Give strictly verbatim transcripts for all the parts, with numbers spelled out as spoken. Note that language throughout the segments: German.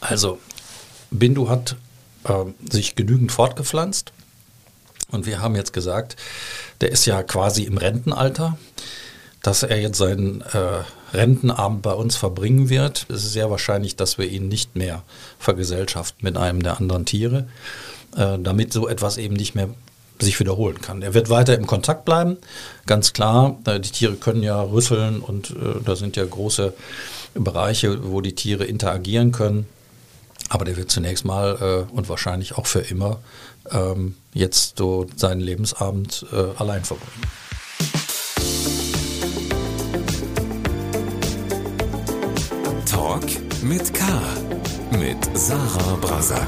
Also Bindu hat äh, sich genügend fortgepflanzt und wir haben jetzt gesagt, der ist ja quasi im Rentenalter, dass er jetzt seinen äh, Rentenabend bei uns verbringen wird. Es ist sehr wahrscheinlich, dass wir ihn nicht mehr vergesellschaften mit einem der anderen Tiere, äh, damit so etwas eben nicht mehr sich wiederholen kann. Er wird weiter im Kontakt bleiben, ganz klar. Die Tiere können ja rüsseln und äh, da sind ja große Bereiche, wo die Tiere interagieren können. Aber der wird zunächst mal äh, und wahrscheinlich auch für immer ähm, jetzt so seinen Lebensabend äh, allein verbringen. Talk mit K. mit Sarah Brasak.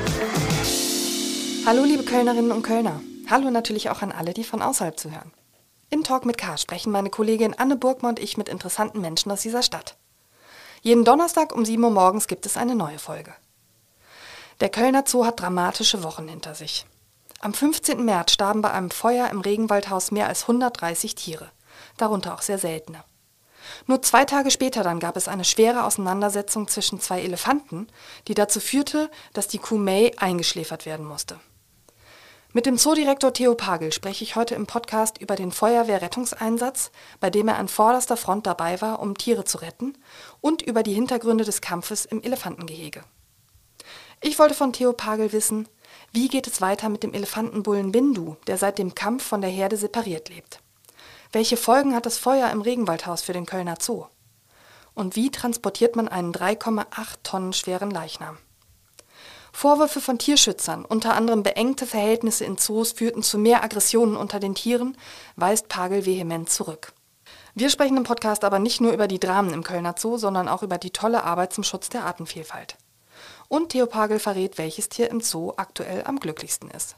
Hallo liebe Kölnerinnen und Kölner. Hallo natürlich auch an alle, die von außerhalb zuhören. In Talk mit K sprechen meine Kollegin Anne Burgmann und ich mit interessanten Menschen aus dieser Stadt. Jeden Donnerstag um sieben Uhr morgens gibt es eine neue Folge. Der Kölner Zoo hat dramatische Wochen hinter sich. Am fünfzehnten März starben bei einem Feuer im Regenwaldhaus mehr als hundertdreißig Tiere, darunter auch sehr seltene. Nur zwei Tage später dann gab es eine schwere Auseinandersetzung zwischen zwei Elefanten, die dazu führte, dass die Kuh May eingeschläfert werden musste. Mit dem Zoodirektor Theo Pagel spreche ich heute im Podcast über den Feuerwehrrettungseinsatz, bei dem er an vorderster Front dabei war, um Tiere zu retten, und über die Hintergründe des Kampfes im Elefantengehege. Ich wollte von Theo Pagel wissen, wie geht es weiter mit dem Elefantenbullen Bindu, der seit dem Kampf von der Herde separiert lebt? Welche Folgen hat das Feuer im Regenwaldhaus für den Kölner Zoo? Und wie transportiert man einen drei Komma acht Tonnen schweren Leichnam? Vorwürfe von Tierschützern, unter anderem beengte Verhältnisse in Zoos, führten zu mehr Aggressionen unter den Tieren, weist Pagel vehement zurück. Wir sprechen im Podcast aber nicht nur über die Dramen im Kölner Zoo, sondern auch über die tolle Arbeit zum Schutz der Artenvielfalt. Und Theo Pagel verrät, welches Tier im Zoo aktuell am glücklichsten ist.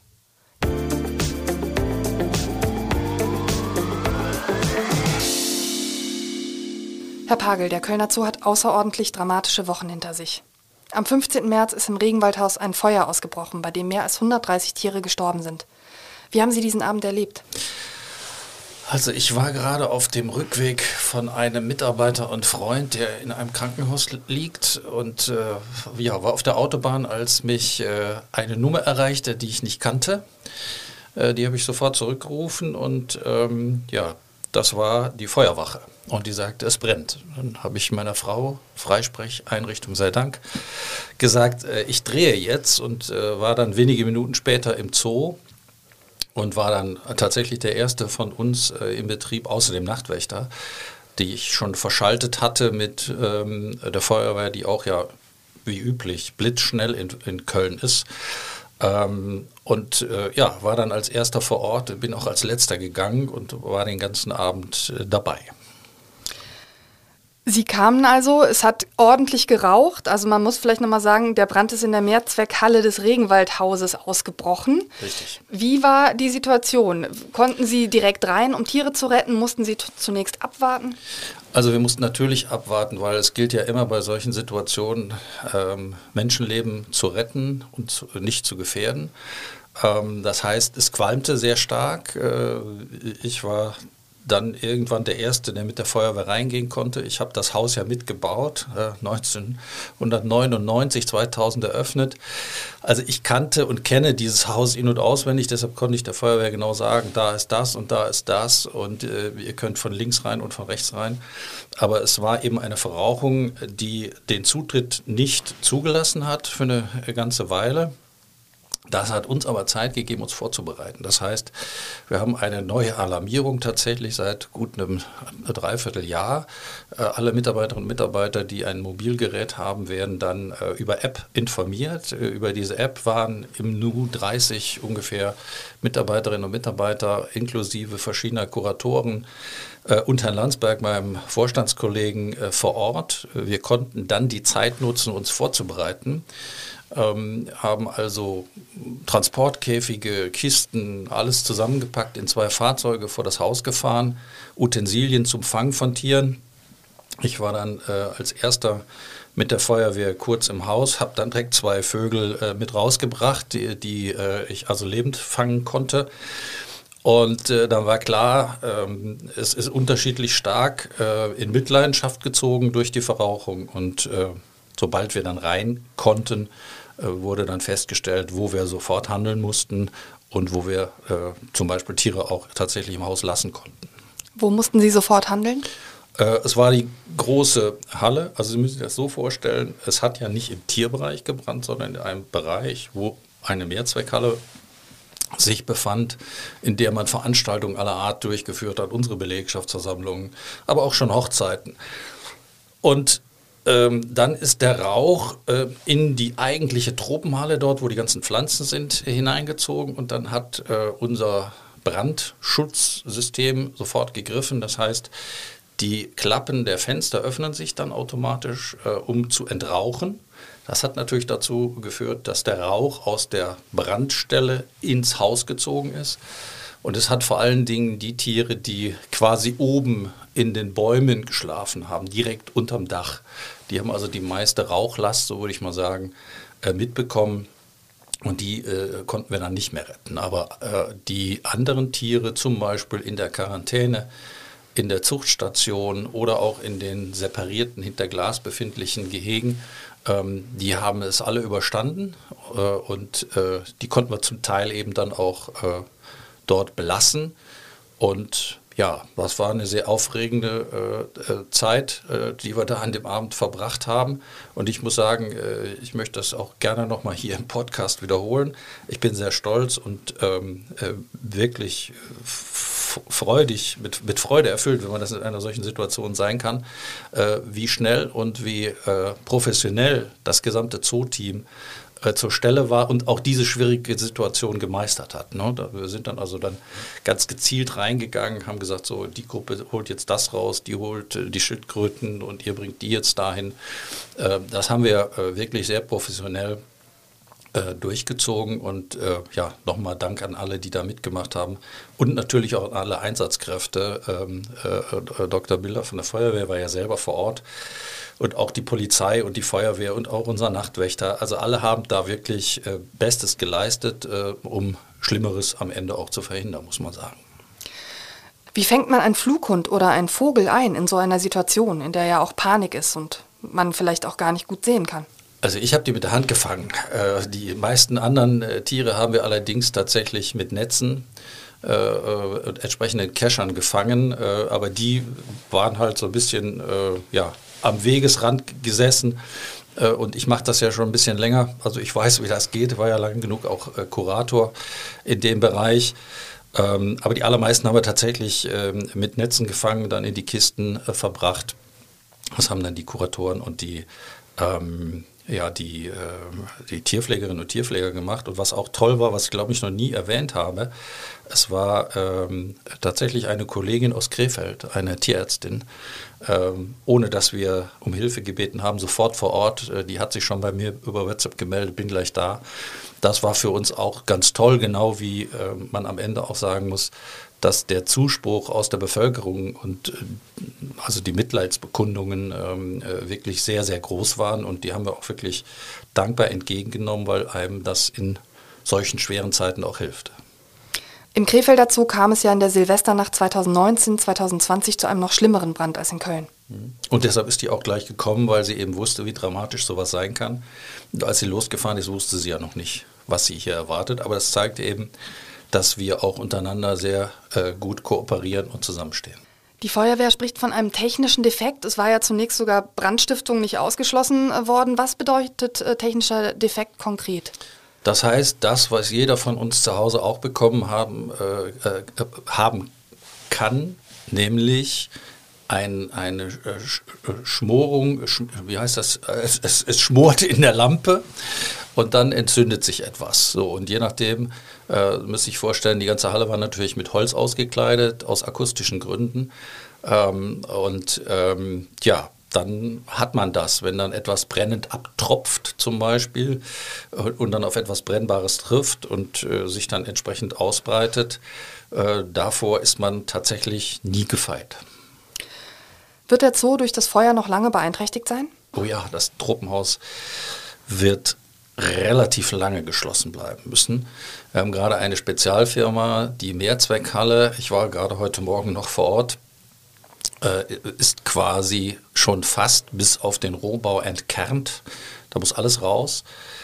Herr Pagel, der Kölner Zoo hat außerordentlich dramatische Wochen hinter sich. Am fünfzehnten März ist im Regenwaldhaus ein Feuer ausgebrochen, bei dem mehr als hundertdreißig Tiere gestorben sind. Wie haben Sie diesen Abend erlebt? Also ich war gerade auf dem Rückweg von einem Mitarbeiter und Freund, der in einem Krankenhaus liegt und äh, ja, war auf der Autobahn, als mich äh, eine Nummer erreichte, die ich nicht kannte. Äh, die habe ich sofort zurückgerufen und ähm, ja, das war die Feuerwache. Und die sagte, es brennt. Dann habe ich meiner Frau, Freisprecheinrichtung sei Dank, gesagt, äh, ich drehe jetzt und äh, war dann wenige Minuten später im Zoo und war dann tatsächlich der erste von uns äh, im Betrieb, außer dem Nachtwächter, die ich schon verschaltet hatte mit ähm, der Feuerwehr, die auch ja wie üblich blitzschnell in, in Köln ist. Ähm, und äh, ja, war dann als erster vor Ort, bin auch als letzter gegangen und war den ganzen Abend äh, dabei. Sie kamen also, es hat ordentlich geraucht, also man muss vielleicht nochmal sagen, der Brand ist in der Mehrzweckhalle des Regenwaldhauses ausgebrochen. Richtig. Wie war die Situation? Konnten Sie direkt rein, um Tiere zu retten? Mussten Sie t- zunächst abwarten? Also wir mussten natürlich abwarten, weil es gilt ja immer bei solchen Situationen, ähm, Menschenleben zu retten und zu, nicht zu gefährden. Ähm, das heißt, es qualmte sehr stark. Äh, ich war dann irgendwann der Erste, der mit der Feuerwehr reingehen konnte. Ich habe das Haus ja mitgebaut, äh, neunzehnhundertneunundneunzig, zweitausend eröffnet. Also ich kannte und kenne dieses Haus in- und auswendig, deshalb konnte ich der Feuerwehr genau sagen, da ist das und da ist das und äh, ihr könnt von links rein und von rechts rein. Aber es war eben eine Verrauchung, die den Zutritt nicht zugelassen hat für eine ganze Weile. Das hat uns aber Zeit gegeben, uns vorzubereiten. Das heißt, wir haben eine neue Alarmierung tatsächlich seit gut einem Dreivierteljahr. Alle Mitarbeiterinnen und Mitarbeiter, die ein Mobilgerät haben, werden dann über App informiert. Über diese App waren im Nu dreißig ungefähr Mitarbeiterinnen und Mitarbeiter inklusive verschiedener Kuratoren und Herrn Landsberg, meinem Vorstandskollegen, vor Ort. Wir konnten dann die Zeit nutzen, uns vorzubereiten. Ähm, haben also Transportkäfige, Kisten, alles zusammengepackt, in zwei Fahrzeuge vor das Haus gefahren, Utensilien zum Fang von Tieren. Ich war dann äh, als erster mit der Feuerwehr kurz im Haus, habe dann direkt zwei Vögel äh, mit rausgebracht, die, die äh, ich also lebend fangen konnte. Und äh, dann war klar, ähm, es ist unterschiedlich stark äh, in Mitleidenschaft gezogen durch die Verrauchung und äh, sobald wir dann rein konnten, äh, wurde dann festgestellt, wo wir sofort handeln mussten und wo wir äh, zum Beispiel Tiere auch tatsächlich im Haus lassen konnten. Wo mussten Sie sofort handeln? Äh, es war die große Halle, also Sie müssen sich das so vorstellen, es hat ja nicht im Tierbereich gebrannt, sondern in einem Bereich, wo eine Mehrzweckhalle sich befand, in der man Veranstaltungen aller Art durchgeführt hat, unsere Belegschaftsversammlungen, aber auch schon Hochzeiten. Und ähm, dann ist der Rauch äh, in die eigentliche Tropenhalle dort, wo die ganzen Pflanzen sind, hineingezogen und dann hat äh, unser Brandschutzsystem sofort gegriffen. Das heißt, die Klappen der Fenster öffnen sich dann automatisch, äh, um zu entrauchen. Das hat natürlich dazu geführt, dass der Rauch aus der Brandstelle ins Haus gezogen ist. Und es hat vor allen Dingen die Tiere, die quasi oben in den Bäumen geschlafen haben, direkt unterm Dach. Die haben also die meiste Rauchlast, so würde ich mal sagen, äh, mitbekommen. Und die äh, konnten wir dann nicht mehr retten. Aber äh, die anderen Tiere, zum Beispiel in der Quarantäne, in der Zuchtstation oder auch in den separierten, hinter Glas befindlichen Gehegen, ähm, die haben es alle überstanden. Äh, und äh, die konnten wir zum Teil eben dann auch äh, dort belassen. Und ja, das war eine sehr aufregende äh, äh, Zeit, äh, die wir da an dem Abend verbracht haben. Und ich muss sagen, äh, ich möchte das auch gerne nochmal hier im Podcast wiederholen. Ich bin sehr stolz und ähm, äh, wirklich f- freudig, mit, mit Freude erfüllt, wenn man das in einer solchen Situation sein kann, äh, wie schnell und wie äh, professionell das gesamte Zoo-Team zur Stelle war und auch diese schwierige Situation gemeistert hat. Ne? Da, wir sind dann also dann ganz gezielt reingegangen, haben gesagt, so die Gruppe holt jetzt das raus, die holt äh, die Schildkröten und ihr bringt die jetzt dahin. Äh, das haben wir äh, wirklich sehr professionell äh, durchgezogen und äh, ja, nochmal Dank an alle, die da mitgemacht haben und natürlich auch an alle Einsatzkräfte. Ähm, äh, Doktor Biller von der Feuerwehr war ja selber vor Ort. Und auch die Polizei und die Feuerwehr und auch unser Nachtwächter. Also alle haben da wirklich äh, Bestes geleistet, äh, um Schlimmeres am Ende auch zu verhindern, muss man sagen. Wie fängt man einen Flughund oder einen Vogel ein in so einer Situation, in der ja auch Panik ist und man vielleicht auch gar nicht gut sehen kann? Also ich habe die mit der Hand gefangen. Äh, die meisten anderen äh, Tiere haben wir allerdings tatsächlich mit Netzen äh, und entsprechenden Keschern gefangen. Äh, aber die waren halt so ein bisschen, äh, ja, am Wegesrand gesessen äh, und ich mache das ja schon ein bisschen länger, also ich weiß, wie das geht, war ja lang genug auch äh, Kurator in dem Bereich, ähm, aber die allermeisten haben wir tatsächlich ähm, mit Netzen gefangen, dann in die Kisten äh, verbracht. Das haben dann die Kuratoren und die, ähm, ja, die, äh, die Tierpflegerinnen und Tierpfleger gemacht und was auch toll war, was ich glaube ich noch nie erwähnt habe, es war ähm, tatsächlich eine Kollegin aus Krefeld, eine Tierärztin, ähm, ohne dass wir um Hilfe gebeten haben, sofort vor Ort. Äh, die hat sich schon bei mir über WhatsApp gemeldet, bin gleich da. Das war für uns auch ganz toll, genau wie äh, man am Ende auch sagen muss, dass der Zuspruch aus der Bevölkerung und äh, also die Mitleidsbekundungen ähm, äh, wirklich sehr, sehr groß waren und die haben wir auch wirklich dankbar entgegengenommen, weil einem das in solchen schweren Zeiten auch hilft. Im Krefelder Zoo kam es ja in der Silvesternacht zweitausendneunzehn, zweitausendzwanzig zu einem noch schlimmeren Brand als in Köln. Und deshalb ist die auch gleich gekommen, weil sie eben wusste, wie dramatisch sowas sein kann. Und als sie losgefahren ist, wusste sie ja noch nicht, was sie hier erwartet. Aber das zeigt eben, dass wir auch untereinander sehr äh, gut kooperieren und zusammenstehen. Die Feuerwehr spricht von einem technischen Defekt. Es war ja zunächst sogar Brandstiftung nicht ausgeschlossen worden. Was bedeutet äh, technischer Defekt konkret? Das heißt, das, was jeder von uns zu Hause auch bekommen haben, äh, äh, haben kann, nämlich ein, eine Schmorung, wie heißt das, es, es, es schmort in der Lampe und dann entzündet sich etwas. So, und je nachdem, äh, müsst ihr euch vorstellen, die ganze Halle war natürlich mit Holz ausgekleidet, aus akustischen Gründen. Ähm, und ähm, ja, dann hat man das, wenn dann etwas brennend abtropft zum Beispiel und dann auf etwas Brennbares trifft und äh, sich dann entsprechend ausbreitet. Äh, davor ist man tatsächlich nie gefeit. Wird der Zoo durch das Feuer noch lange beeinträchtigt sein? Oh ja, das Tropenhaus wird relativ lange geschlossen bleiben müssen. Wir haben gerade eine Spezialfirma, die Mehrzweckhalle. Ich war gerade heute Morgen noch vor Ort. äh, ist quasi schon fast bis auf den Rohbau entkernt. Da muss alles raus.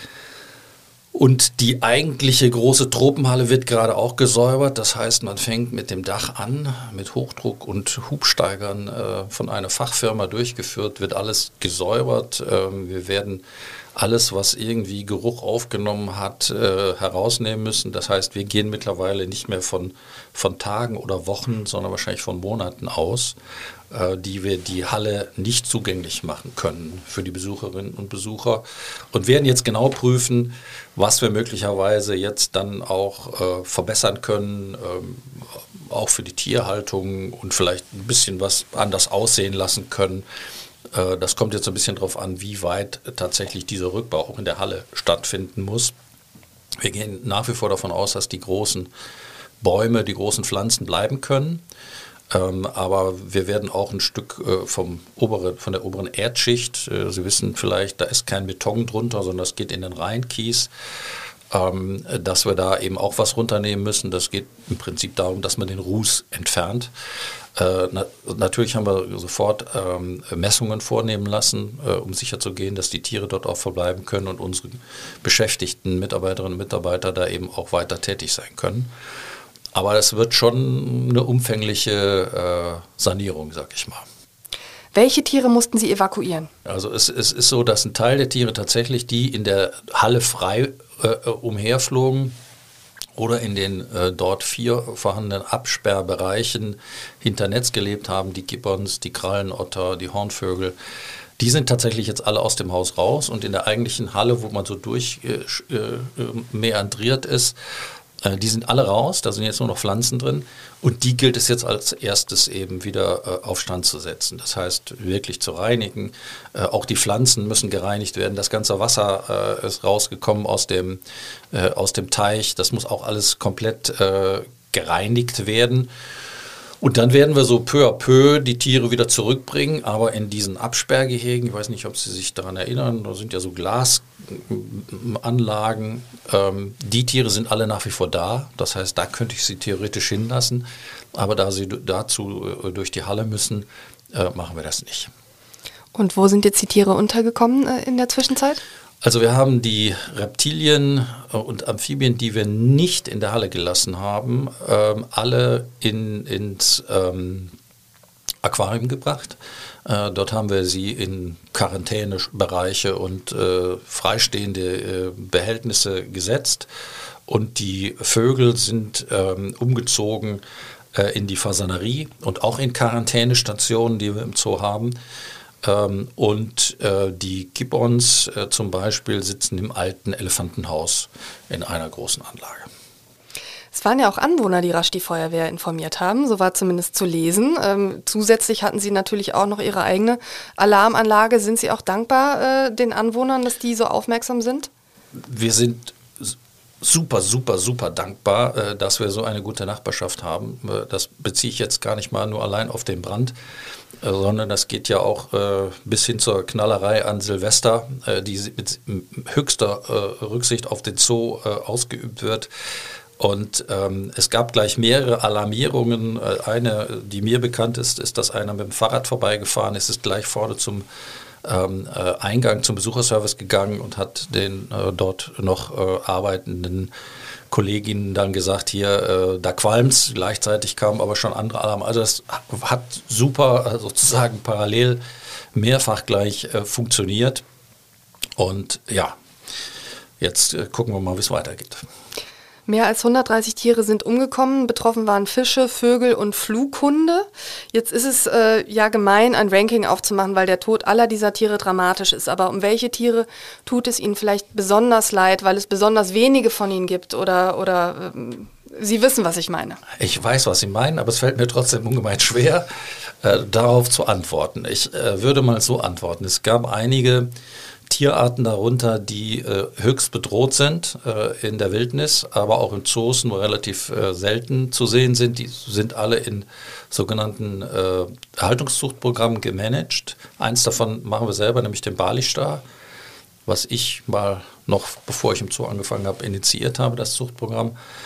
Und die eigentliche große Tropenhalle wird gerade auch gesäubert. Das heißt, man fängt mit dem Dach an, mit Hochdruck und Hubsteigern äh, von einer Fachfirma durchgeführt, wird alles gesäubert. Ähm, wir werden alles, was irgendwie Geruch aufgenommen hat, äh, herausnehmen müssen. Das heißt, wir gehen mittlerweile nicht mehr von, von Tagen oder Wochen, sondern wahrscheinlich von Monaten aus, äh, die wir die Halle nicht zugänglich machen können für die Besucherinnen und Besucher und werden jetzt genau prüfen, was wir möglicherweise jetzt dann auch äh, verbessern können, ähm, auch für die Tierhaltung und vielleicht ein bisschen was anders aussehen lassen können. Das kommt jetzt ein bisschen darauf an, wie weit tatsächlich dieser Rückbau auch in der Halle stattfinden muss. Wir gehen nach wie vor davon aus, dass die großen Bäume, die großen Pflanzen bleiben können. Ähm, aber wir werden auch ein Stück äh, vom obere, von der oberen Erdschicht, äh, Sie wissen vielleicht, da ist kein Beton drunter, sondern das geht in den Rheinkies, ähm, dass wir da eben auch was runternehmen müssen. Das geht im Prinzip darum, dass man den Ruß entfernt. Äh, na, natürlich haben wir sofort ähm, Messungen vornehmen lassen, äh, um sicherzugehen, dass die Tiere dort auch verbleiben können und unsere beschäftigten Mitarbeiterinnen und Mitarbeiter da eben auch weiter tätig sein können. Aber es wird schon eine umfängliche äh, Sanierung, sag ich mal. Welche Tiere mussten Sie evakuieren? Also es, es ist so, dass ein Teil der Tiere tatsächlich, die in der Halle frei äh, umherflogen, oder in den äh, dort vier vorhandenen Absperrbereichen hinter Netz gelebt haben, die Gibbons, die Krallenotter, die Hornvögel, die sind tatsächlich jetzt alle aus dem Haus raus und in der eigentlichen Halle, wo man so durch äh, äh, meandriert ist, äh, die sind alle raus, da sind jetzt nur noch Pflanzen drin und die gilt es jetzt als erstes eben wieder äh, auf Stand zu setzen. Das heißt, wirklich zu reinigen. Äh, auch die Pflanzen müssen gereinigt werden. Das ganze Wasser äh, ist rausgekommen aus dem, äh, aus dem Teich. Das muss auch alles komplett äh, gereinigt werden. Und dann werden wir so peu à peu die Tiere wieder zurückbringen, aber in diesen Absperrgehegen, ich weiß nicht, ob Sie sich daran erinnern, da sind ja so Glasanlagen, ähm, die Tiere sind alle nach wie vor da, das heißt, da könnte ich sie theoretisch hinlassen, aber da sie dazu äh, durch die Halle müssen, äh, machen wir das nicht. Und wo sind jetzt die Tiere untergekommen äh, in der Zwischenzeit? Also wir haben die Reptilien und Amphibien, die wir nicht in der Halle gelassen haben, ähm, alle in, ins ähm, Aquarium gebracht. Äh, dort haben wir sie in Quarantänebereiche und äh, freistehende äh, Behältnisse gesetzt. Und die Vögel sind ähm, umgezogen äh, in die Fasanerie und auch in Quarantänestationen, die wir im Zoo haben. Ähm, und äh, die Gibbons äh, zum Beispiel sitzen im alten Elefantenhaus in einer großen Anlage. Es waren ja auch Anwohner, die rasch die Feuerwehr informiert haben, so war zumindest zu lesen. Ähm, zusätzlich hatten Sie natürlich auch noch Ihre eigene Alarmanlage. Sind Sie auch dankbar äh, den Anwohnern, dass die so aufmerksam sind? Wir sind super, super, super dankbar, äh, dass wir so eine gute Nachbarschaft haben. Äh, das beziehe ich jetzt gar nicht mal nur allein auf den Brand, sondern das geht ja auch äh, bis hin zur Knallerei an Silvester, äh, die mit höchster äh, Rücksicht auf den Zoo äh, ausgeübt wird. Und ähm, es gab gleich mehrere Alarmierungen. Äh, eine, die mir bekannt ist, ist, dass einer mit dem Fahrrad vorbeigefahren ist, ist gleich vorne zum ähm, äh, Eingang zum Besucherservice gegangen und hat den äh, dort noch äh, arbeitenden Kolleginnen dann gesagt, hier, äh, da qualmt's. Gleichzeitig kamen aber schon andere Alarme. Also das hat super äh, sozusagen parallel mehrfach gleich äh, funktioniert. Und ja, jetzt äh, gucken wir mal, wie es weitergeht. Mehr als hundertdreißig Tiere sind umgekommen. Betroffen waren Fische, Vögel und Flughunde. Jetzt ist es äh, ja gemein, ein Ranking aufzumachen, weil der Tod aller dieser Tiere dramatisch ist. Aber um welche Tiere tut es Ihnen vielleicht besonders leid, weil es besonders wenige von ihnen gibt? Oder, oder ähm, Sie wissen, was ich meine. Ich weiß, was Sie meinen, aber es fällt mir trotzdem ungemein schwer, äh, darauf zu antworten. Ich äh, würde mal so antworten. Es gab einige Tierarten darunter, die äh, höchst bedroht sind äh, in der Wildnis, aber auch in Zoos nur relativ äh, selten zu sehen sind. Die sind alle in sogenannten äh, Erhaltungszuchtprogrammen gemanagt. Eins davon machen wir selber, nämlich den Bali-Star, was ich mal noch, bevor ich im Zoo angefangen habe, initiiert habe, das Zuchtprogramm.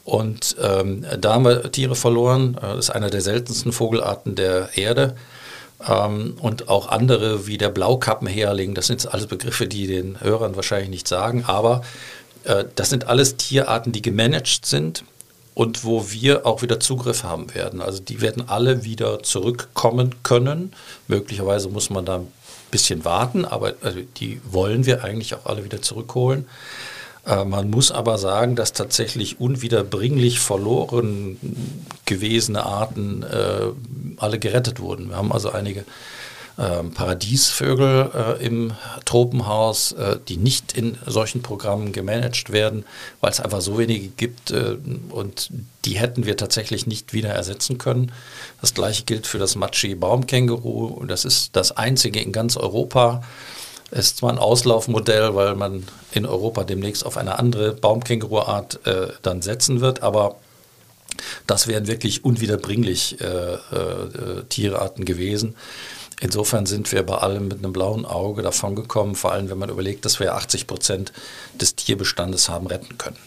Und ähm, da haben wir Tiere verloren. Das ist einer der seltensten Vogelarten der Erde. Ähm, und auch andere wie der Blaukappenhäherling, das sind alles Begriffe, die den Hörern wahrscheinlich nicht sagen, aber äh, das sind alles Tierarten, die gemanagt sind und wo wir auch wieder Zugriff haben werden. Also die werden alle wieder zurückkommen können. Möglicherweise muss man da ein bisschen warten, aber also die wollen wir eigentlich auch alle wieder zurückholen. Äh, man muss aber sagen, dass tatsächlich unwiederbringlich verloren gewesene Arten äh, alle gerettet wurden. Wir haben also einige äh, Paradiesvögel äh, im Tropenhaus, äh, die nicht in solchen Programmen gemanagt werden, weil es einfach so wenige gibt äh, und die hätten wir tatsächlich nicht wieder ersetzen können. Das gleiche gilt für das Matschi-Baumkänguru und das ist das einzige in ganz Europa. Es ist zwar ein Auslaufmodell, weil man in Europa demnächst auf eine andere Baumkänguruart äh, dann setzen wird, aber das wären wirklich unwiederbringlich äh, äh, Tierarten gewesen. Insofern sind wir bei allem mit einem blauen Auge davon gekommen, vor allem wenn man überlegt, dass wir achtzig Prozent des Tierbestandes haben retten können.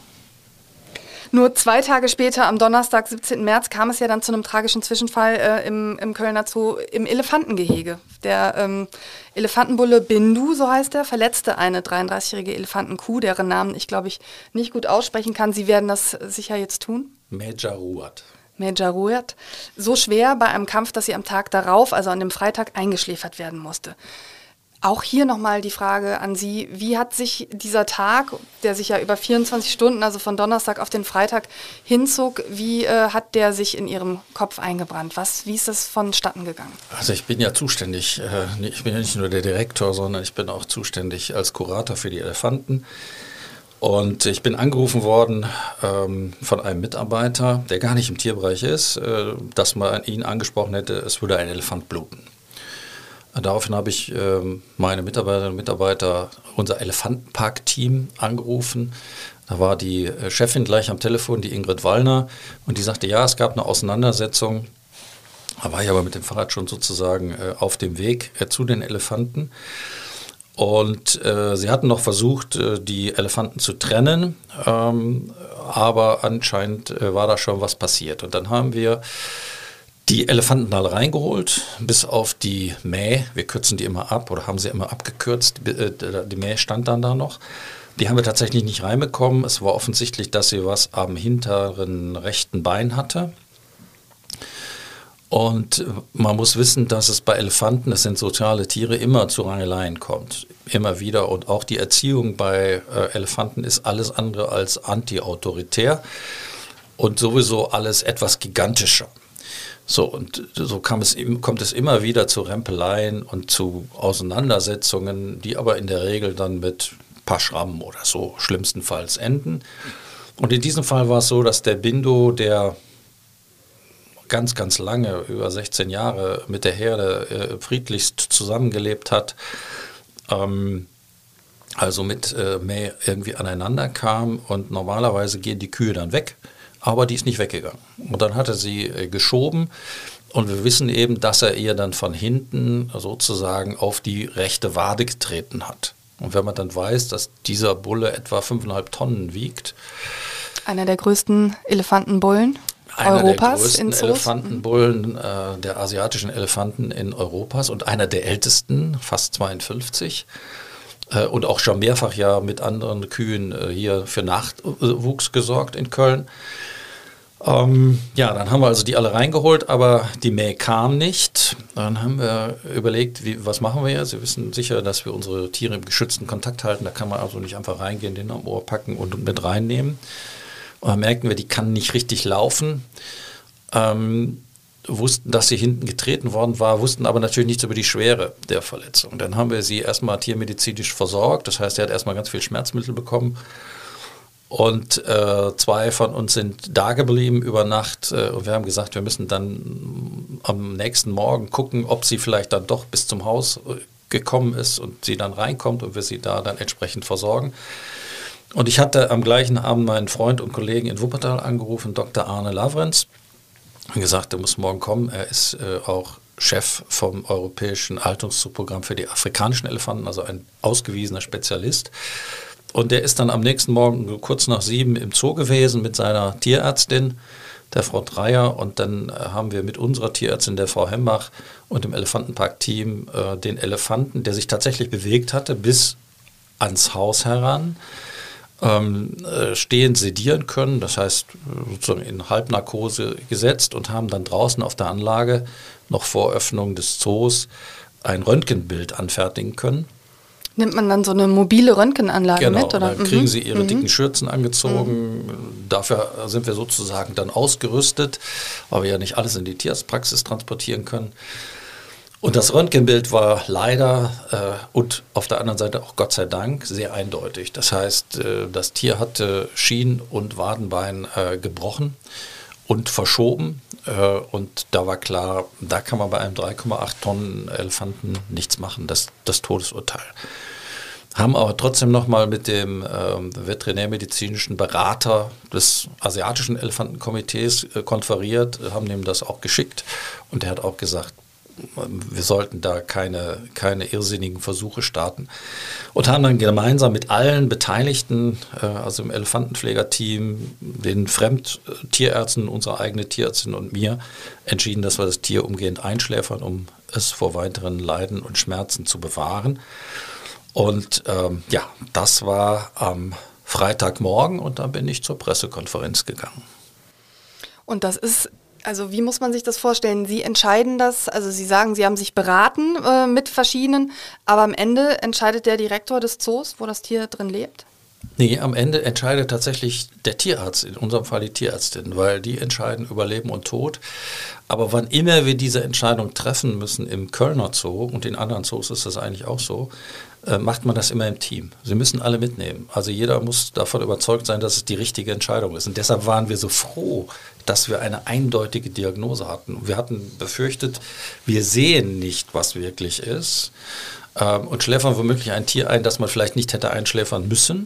Nur zwei Tage später, am Donnerstag, siebzehnten März, kam es ja dann zu einem tragischen Zwischenfall äh, im, im Kölner Zoo im Elefantengehege. Der ähm, Elefantenbulle Bindu, so heißt er, verletzte eine dreiunddreißigjährige Elefantenkuh, deren Namen ich, glaube ich, nicht gut aussprechen kann. Sie werden das sicher jetzt tun. Mejaruat. Mejaruat. So schwer bei einem Kampf, dass sie am Tag darauf, also an dem Freitag, eingeschläfert werden musste. Auch hier nochmal die Frage an Sie, wie hat sich dieser Tag, der sich ja über vierundzwanzig Stunden, also von Donnerstag auf den Freitag hinzog, wie äh, hat der sich in Ihrem Kopf eingebrannt? Was, wie ist das vonstatten gegangen? Also ich bin ja zuständig, äh, ich bin ja nicht nur der Direktor, sondern ich bin auch zuständig als Kurator für die Elefanten. Und ich bin angerufen worden ähm, von einem Mitarbeiter, der gar nicht im Tierbereich ist, äh, dass man ihn angesprochen hätte, es würde ein Elefant bluten. Daraufhin habe ich äh, meine Mitarbeiterinnen und Mitarbeiter, unser Elefantenpark-Team angerufen. Da war die Chefin gleich am Telefon, die Ingrid Wallner, und die sagte, ja, es gab eine Auseinandersetzung. Da war ich aber mit dem Fahrrad schon sozusagen äh, auf dem Weg äh, zu den Elefanten. Und äh, sie hatten noch versucht, äh, die Elefanten zu trennen, ähm, aber anscheinend äh, war da schon was passiert. Und dann haben wir die Elefanten alle reingeholt, bis auf die Mäh. Wir kürzen die immer ab oder haben sie immer abgekürzt. Die Mäh stand dann da noch. Die haben wir tatsächlich nicht reinbekommen. Es war offensichtlich, dass sie was am hinteren rechten Bein hatte. Und man muss wissen, dass es bei Elefanten, das sind soziale Tiere, immer zu Rangeleien kommt. Immer wieder. Und auch die Erziehung bei äh, Elefanten ist alles andere als anti-autoritär und sowieso alles etwas gigantischer. So, und so kam es, kommt es immer wieder zu Rempeleien und zu Auseinandersetzungen, die aber in der Regel dann mit ein paar Schrammen oder so schlimmstenfalls enden. Und in diesem Fall war es so, dass der Bindu, der ganz, ganz lange, über sechzehn Jahre mit der Herde äh, friedlichst zusammengelebt hat, ähm, also mit äh, Mäh irgendwie aneinander kam, und normalerweise gehen die Kühe dann weg. Aber die ist nicht weggegangen. Und dann hat er sie äh, geschoben, und wir wissen eben, dass er ihr dann von hinten sozusagen auf die rechte Wade getreten hat. Und wenn man dann weiß, dass dieser Bulle etwa fünfeinhalb Tonnen wiegt. Einer der größten Elefantenbullen einer Europas. Der größten in Zoos. Elefantenbullen äh, der asiatischen Elefanten in Europas und einer der ältesten, fast zweiundfünfzig. Äh, und auch schon mehrfach ja mit anderen Kühen äh, hier für Nachwuchs gesorgt in Köln. Ähm, ja, dann haben wir also die alle reingeholt, aber die Mäh kam nicht. Dann haben wir überlegt, wie, was machen wir jetzt? Sie wissen sicher, dass wir unsere Tiere im geschützten Kontakt halten. Da kann man also nicht einfach reingehen, den am Ohr packen und mit reinnehmen. Und dann merken wir, die kann nicht richtig laufen. Ähm, wussten, dass sie hinten getreten worden war, wussten aber natürlich nichts über die Schwere der Verletzung. Dann haben wir sie erstmal tiermedizinisch versorgt. Das heißt, sie hat erstmal ganz viel Schmerzmittel bekommen. Und äh, zwei von uns sind da geblieben über Nacht, äh, und wir haben gesagt, wir müssen dann am nächsten Morgen gucken, ob sie vielleicht dann doch bis zum Haus äh, gekommen ist und sie dann reinkommt und wir sie da dann entsprechend versorgen. Und ich hatte am gleichen Abend meinen Freund und Kollegen in Wuppertal angerufen, Doktor Arne Lavrenz, und gesagt, er muss morgen kommen. Er ist äh, auch Chef vom Europäischen Haltungszuchtprogramm für die afrikanischen Elefanten, also ein ausgewiesener Spezialist. und der ist dann am nächsten Morgen kurz nach sieben im Zoo gewesen mit seiner Tierärztin, der Frau Dreyer, und dann äh, haben wir mit unserer Tierärztin, der Frau Hembach, und dem Elefantenpark-Team äh, den Elefanten, der sich tatsächlich bewegt hatte, bis ans Haus heran, ähm, äh, stehend sedieren können, das heißt sozusagen in Halbnarkose gesetzt, und haben dann draußen auf der Anlage noch vor Öffnung des Zoos ein Röntgenbild anfertigen können. Nimmt man dann so eine mobile Röntgenanlage genau, mit? Oder? Dann kriegen mhm. sie ihre mhm. dicken Schürzen angezogen. Mhm. Dafür sind wir sozusagen dann ausgerüstet, weil wir ja nicht alles in die Tierarztpraxis transportieren können. Und das Röntgenbild war leider äh, und auf der anderen Seite auch Gott sei Dank sehr eindeutig. Das heißt, äh, das Tier hatte Schien- und Wadenbein äh, gebrochen und verschoben. Äh, und da war klar, da kann man bei einem drei Komma acht Tonnen Elefanten nichts machen, das, das Todesurteil. Haben aber trotzdem nochmal mit dem ähm, veterinärmedizinischen Berater des asiatischen Elefantenkomitees äh, konferiert, haben ihm das auch geschickt, und er hat auch gesagt, wir sollten da keine, keine irrsinnigen Versuche starten, und haben dann gemeinsam mit allen Beteiligten, äh, also im Elefantenpflegerteam, den Fremdtierärzten, unsere eigene Tierärztin und mir, entschieden, dass wir das Tier umgehend einschläfern, um es vor weiteren Leiden und Schmerzen zu bewahren. Und ähm, ja, das war am Freitagmorgen, und dann bin ich zur Pressekonferenz gegangen. Und das ist, also wie muss man sich das vorstellen? Sie entscheiden das, also Sie sagen, Sie haben sich beraten äh, mit verschiedenen, aber am Ende entscheidet der Direktor des Zoos, wo das Tier drin lebt? Nee, am Ende entscheidet tatsächlich der Tierarzt, in unserem Fall die Tierärztin, weil die entscheiden über Leben und Tod. Aber wann immer wir diese Entscheidung treffen müssen im Kölner Zoo, und in anderen Zoos ist das eigentlich auch so, äh, macht man das immer im Team. Sie müssen alle mitnehmen. Also jeder muss davon überzeugt sein, dass es die richtige Entscheidung ist. Und deshalb waren wir so froh, dass wir eine eindeutige Diagnose hatten. Wir hatten befürchtet, wir sehen nicht, was wirklich ist, ähm, und schläfern womöglich ein Tier ein, das man vielleicht nicht hätte einschläfern müssen,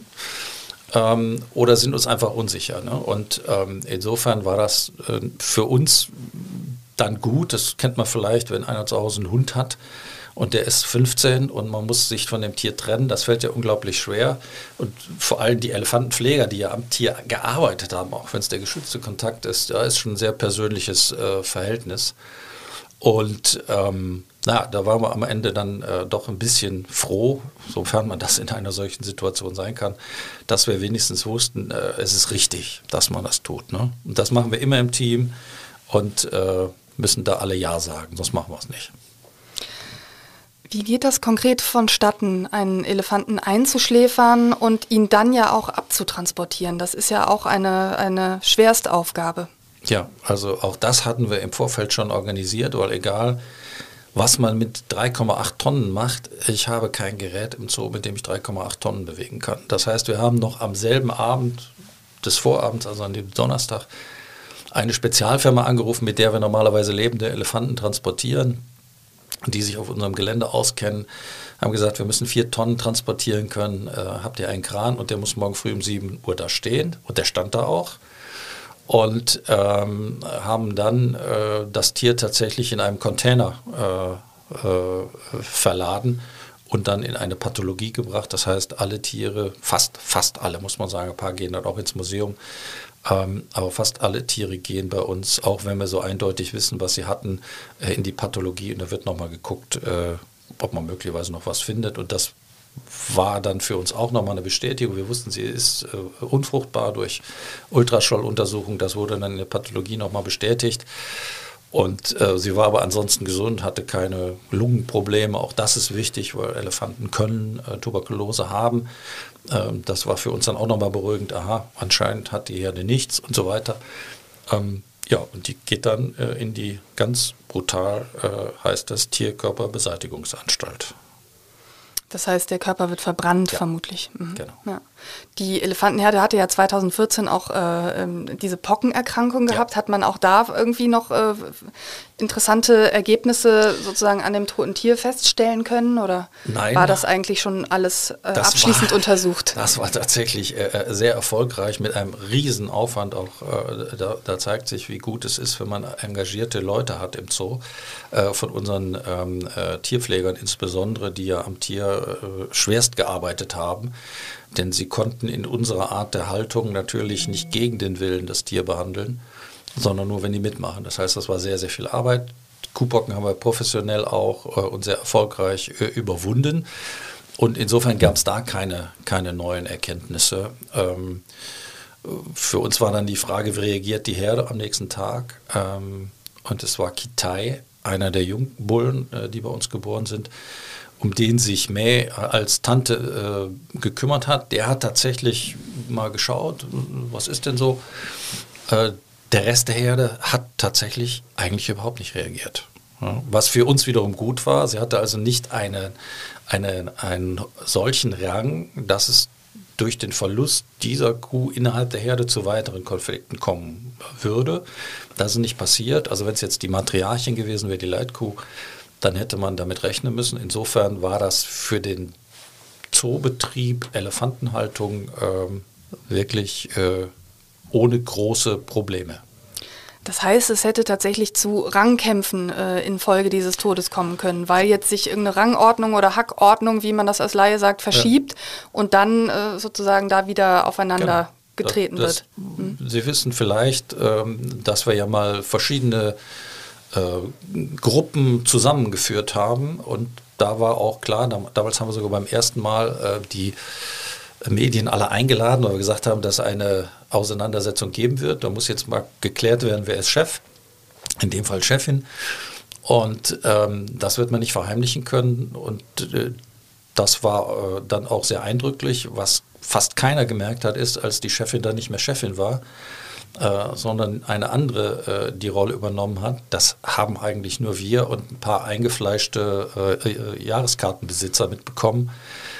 ähm, oder sind uns einfach unsicher. Ne? Und ähm, insofern war das äh, für uns dann gut. Das kennt man vielleicht, wenn einer zu Hause einen Hund hat und der ist fünfzehn und man muss sich von dem Tier trennen. Das fällt ja unglaublich schwer. Und vor allem die Elefantenpfleger, die ja am Tier gearbeitet haben, auch wenn es der geschützte Kontakt ist, da ist schon ein sehr persönliches äh, Verhältnis. Und ähm, na, da waren wir am Ende dann äh, doch ein bisschen froh, sofern man das in einer solchen Situation sein kann, dass wir wenigstens wussten, äh, es ist richtig, dass man das tut. Ne? Und das machen wir immer im Team und äh, müssen da alle Ja sagen, sonst machen wir es nicht. Wie geht das konkret vonstatten, einen Elefanten einzuschläfern und ihn dann ja auch abzutransportieren? Das ist ja auch eine, eine Schwerstaufgabe. Ja, also auch das hatten wir im Vorfeld schon organisiert, weil egal, was man mit drei Komma acht Tonnen macht, ich habe kein Gerät im Zoo, mit dem ich drei Komma acht Tonnen bewegen kann. Das heißt, wir haben noch am selben Abend des Vorabends, also an dem Donnerstag, eine Spezialfirma angerufen, mit der wir normalerweise lebende Elefanten transportieren, die sich auf unserem Gelände auskennen, haben gesagt, wir müssen vier Tonnen transportieren können, äh, habt ihr einen Kran, und der muss morgen früh um sieben Uhr da stehen, und der stand da auch. Und ähm, haben dann äh, das Tier tatsächlich in einem Container äh, äh, verladen und dann in eine Pathologie gebracht. Das heißt, alle Tiere, fast, fast alle, muss man sagen, ein paar gehen dann auch ins Museum, ähm, aber fast alle Tiere gehen bei uns, auch wenn wir so eindeutig wissen, was sie hatten, äh, in die Pathologie, und da wird nochmal geguckt, äh, ob man möglicherweise noch was findet, und das war dann für uns auch nochmal eine Bestätigung. Wir wussten, sie ist äh, unfruchtbar durch Ultraschalluntersuchung. Das wurde dann in der Pathologie nochmal bestätigt. Und äh, sie war aber ansonsten gesund, hatte keine Lungenprobleme. Auch das ist wichtig, weil Elefanten können äh, Tuberkulose haben. Ähm, das war für uns dann auch nochmal beruhigend. Aha, anscheinend hat die Herde nichts und so weiter. Ähm, ja, und die geht dann äh, in die, ganz brutal äh, heißt das, Tierkörperbeseitigungsanstalt. Das heißt, der Körper wird verbrannt, ja, vermutlich. Mhm. Genau. Ja. Die Elefantenherde hatte ja zweitausendvierzehn auch äh, ähm, diese Pockenerkrankung gehabt. Ja. Hat man auch da irgendwie noch äh, interessante Ergebnisse sozusagen an dem toten Tier feststellen können? Oder Nein, war das eigentlich schon alles äh, abschließend war, untersucht? Das war tatsächlich äh, sehr erfolgreich mit einem riesen Aufwand. Auch äh, da, da zeigt sich, wie gut es ist, wenn man engagierte Leute hat im Zoo, äh, von unseren ähm, äh, Tierpflegern insbesondere, die ja am Tier äh, schwerst gearbeitet haben. Denn sie sie konnten in unserer Art der Haltung natürlich nicht gegen den Willen das Tier behandeln, sondern nur, wenn die mitmachen. Das heißt, das war sehr, sehr viel Arbeit. Kuhpocken haben wir professionell auch äh, und sehr erfolgreich äh, überwunden. Und insofern gab es da keine, keine neuen Erkenntnisse. Ähm, für uns war dann die Frage, wie reagiert die Herde am nächsten Tag? Ähm, und es war Kitai, einer der Jungbullen, äh, die bei uns geboren sind, um den sich May als Tante äh, gekümmert hat. Der hat tatsächlich mal geschaut, was ist denn so? Äh, der Rest der Herde hat tatsächlich eigentlich überhaupt nicht reagiert. Ja, was für uns wiederum gut war. Sie hatte also nicht eine, eine, einen solchen Rang, dass es durch den Verlust dieser Kuh innerhalb der Herde zu weiteren Konflikten kommen würde. Das ist nicht passiert. Also wenn es jetzt die Matriarchin gewesen wäre, die Leitkuh, dann hätte man damit rechnen müssen. Insofern war das für den Zoobetrieb, Elefantenhaltung ähm, wirklich äh, ohne große Probleme. Das heißt, es hätte tatsächlich zu Rangkämpfen äh, infolge dieses Todes kommen können, weil jetzt sich irgendeine Rangordnung oder Hackordnung, wie man das als Laie sagt, verschiebt ja. und dann äh, sozusagen da wieder aufeinander genau. getreten das, das, wird. Hm. Sie wissen vielleicht, ähm, dass wir ja mal verschiedene äh, Gruppen zusammengeführt haben und da war auch klar, damals haben wir sogar beim ersten Mal äh, die Medien alle eingeladen, weil wir gesagt haben, dass es eine Auseinandersetzung geben wird. Da muss jetzt mal geklärt werden, wer ist Chef, in dem Fall Chefin. Und ähm, das wird man nicht verheimlichen können. Und äh, das war äh, dann auch sehr eindrücklich. Was fast keiner gemerkt hat, ist, als die Chefin dann nicht mehr Chefin war, äh, sondern eine andere äh, die Rolle übernommen hat. Das haben eigentlich nur wir und ein paar eingefleischte äh, Jahreskartenbesitzer mitbekommen.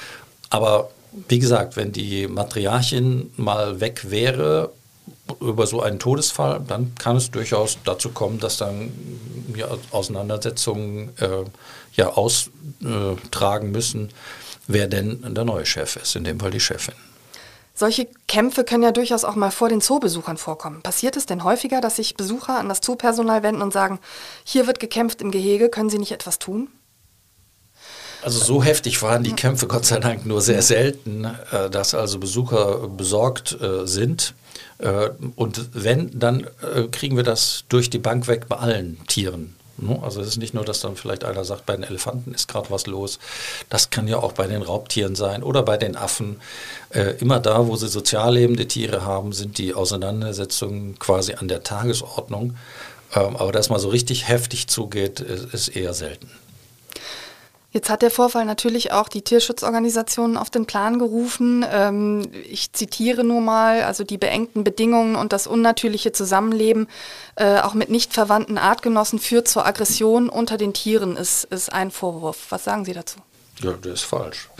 Aber wie gesagt, wenn die Matriarchin mal weg wäre über so einen Todesfall, dann kann es durchaus dazu kommen, dass dann ja, Auseinandersetzungen äh, ja, austragen müssen, wer denn der neue Chef ist, in dem Fall die Chefin. Solche Kämpfe können ja durchaus auch mal vor den Zoobesuchern vorkommen. Passiert es denn häufiger, dass sich Besucher an das Zoopersonal wenden und sagen, hier wird gekämpft im Gehege, können Sie nicht etwas tun? Also so heftig waren die Kämpfe Gott sei Dank nur sehr selten, dass also Besucher besorgt sind. Und wenn, dann kriegen wir das durch die Bank weg bei allen Tieren. Also es ist nicht nur, dass dann vielleicht einer sagt, bei den Elefanten ist gerade was los. Das kann ja auch bei den Raubtieren sein oder bei den Affen. Immer da, wo sie sozial lebende Tiere haben, sind die Auseinandersetzungen quasi an der Tagesordnung. Aber dass mal so richtig heftig zugeht, ist eher selten. Jetzt hat der Vorfall natürlich auch die Tierschutzorganisationen auf den Plan gerufen. Ähm, ich zitiere nur mal, also die beengten Bedingungen und das unnatürliche Zusammenleben, äh, auch mit nicht verwandten Artgenossen, führt zur Aggression unter den Tieren, ist, ist ein Vorwurf. Was sagen Sie dazu? Ja, das ist falsch.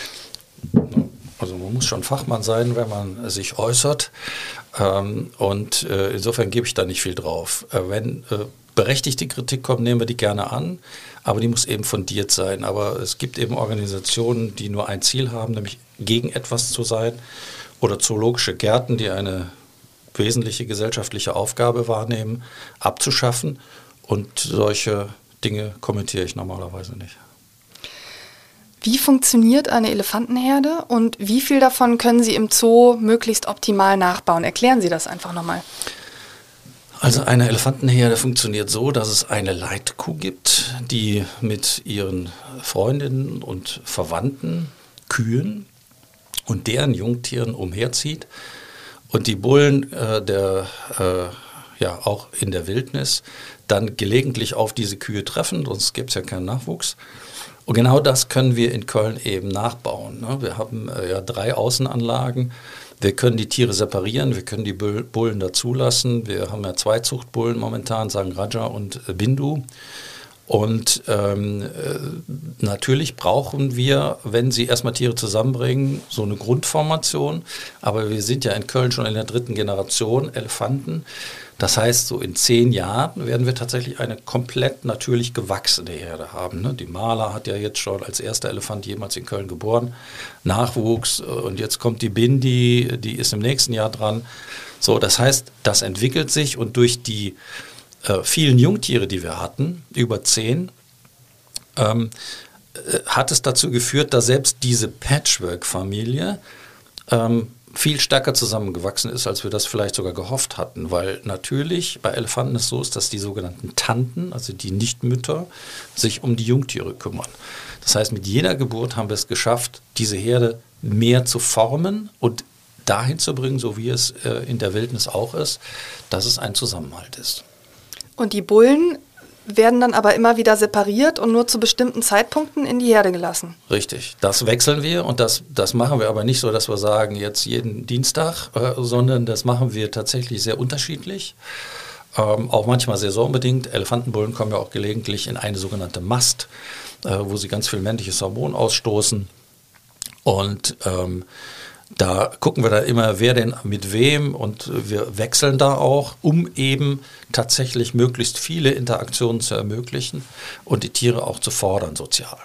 Also man muss schon Fachmann sein, wenn man sich äußert. Ähm, und äh, insofern gebe ich da nicht viel drauf. Äh, wenn äh, berechtigte Kritik kommt, nehmen wir die gerne an. Aber die muss eben fundiert sein. Aber es gibt eben Organisationen, die nur ein Ziel haben, nämlich gegen etwas zu sein. Oder zoologische Gärten, die eine wesentliche gesellschaftliche Aufgabe wahrnehmen, abzuschaffen. Und solche Dinge kommentiere ich normalerweise nicht. Wie funktioniert eine Elefantenherde und wie viel davon können Sie im Zoo möglichst optimal nachbauen? Erklären Sie das einfach nochmal. Also eine Elefantenherde funktioniert so, dass es eine Leitkuh gibt, die mit ihren Freundinnen und Verwandten, Kühen und deren Jungtieren umherzieht und die Bullen, äh, der, äh, ja auch in der Wildnis, dann gelegentlich auf diese Kühe treffen, sonst gibt es ja keinen Nachwuchs. Und genau das können wir in Köln eben nachbauen. Ne? Wir haben äh, ja drei Außenanlagen. Wir können die Tiere separieren, wir können die Bullen dazulassen. Wir haben ja zwei Zuchtbullen momentan, Sangraja und Bindu. Und ähm, äh, natürlich brauchen wir, wenn sie erstmal Tiere zusammenbringen, so eine Grundformation. Aber wir sind ja in Köln schon in der dritten Generation Elefanten. Das heißt, so in zehn Jahren werden wir tatsächlich eine komplett natürlich gewachsene Herde haben. Ne? Die Maler hat ja jetzt schon als erster Elefant jemals in Köln geboren, Nachwuchs. Und jetzt kommt die Bindi, die ist im nächsten Jahr dran. So, das heißt, das entwickelt sich und durch die äh, vielen Jungtiere, die wir hatten, über zehn, ähm, äh, hat es dazu geführt, dass selbst diese Patchwork-Familie ähm, viel stärker zusammengewachsen ist, als wir das vielleicht sogar gehofft hatten. Weil natürlich bei Elefanten es so ist, dass die sogenannten Tanten, also die Nichtmütter, sich um die Jungtiere kümmern. Das heißt, mit jeder Geburt haben wir es geschafft, diese Herde mehr zu formen und dahin zu bringen, so wie es äh, in der Wildnis auch ist, dass es ein Zusammenhalt ist. Und die Bullen werden dann aber immer wieder separiert und nur zu bestimmten Zeitpunkten in die Herde gelassen. Richtig, das wechseln wir und das, das machen wir aber nicht so, dass wir sagen, jetzt jeden Dienstag, äh, sondern das machen wir tatsächlich sehr unterschiedlich, ähm, auch manchmal saisonbedingt. Elefantenbullen kommen ja auch gelegentlich in eine sogenannte Mast, äh, wo sie ganz viel männliches Hormon ausstoßen und ähm, da gucken wir dann immer, wer denn mit wem und wir wechseln da auch, um eben tatsächlich möglichst viele Interaktionen zu ermöglichen und die Tiere auch zu fordern sozial.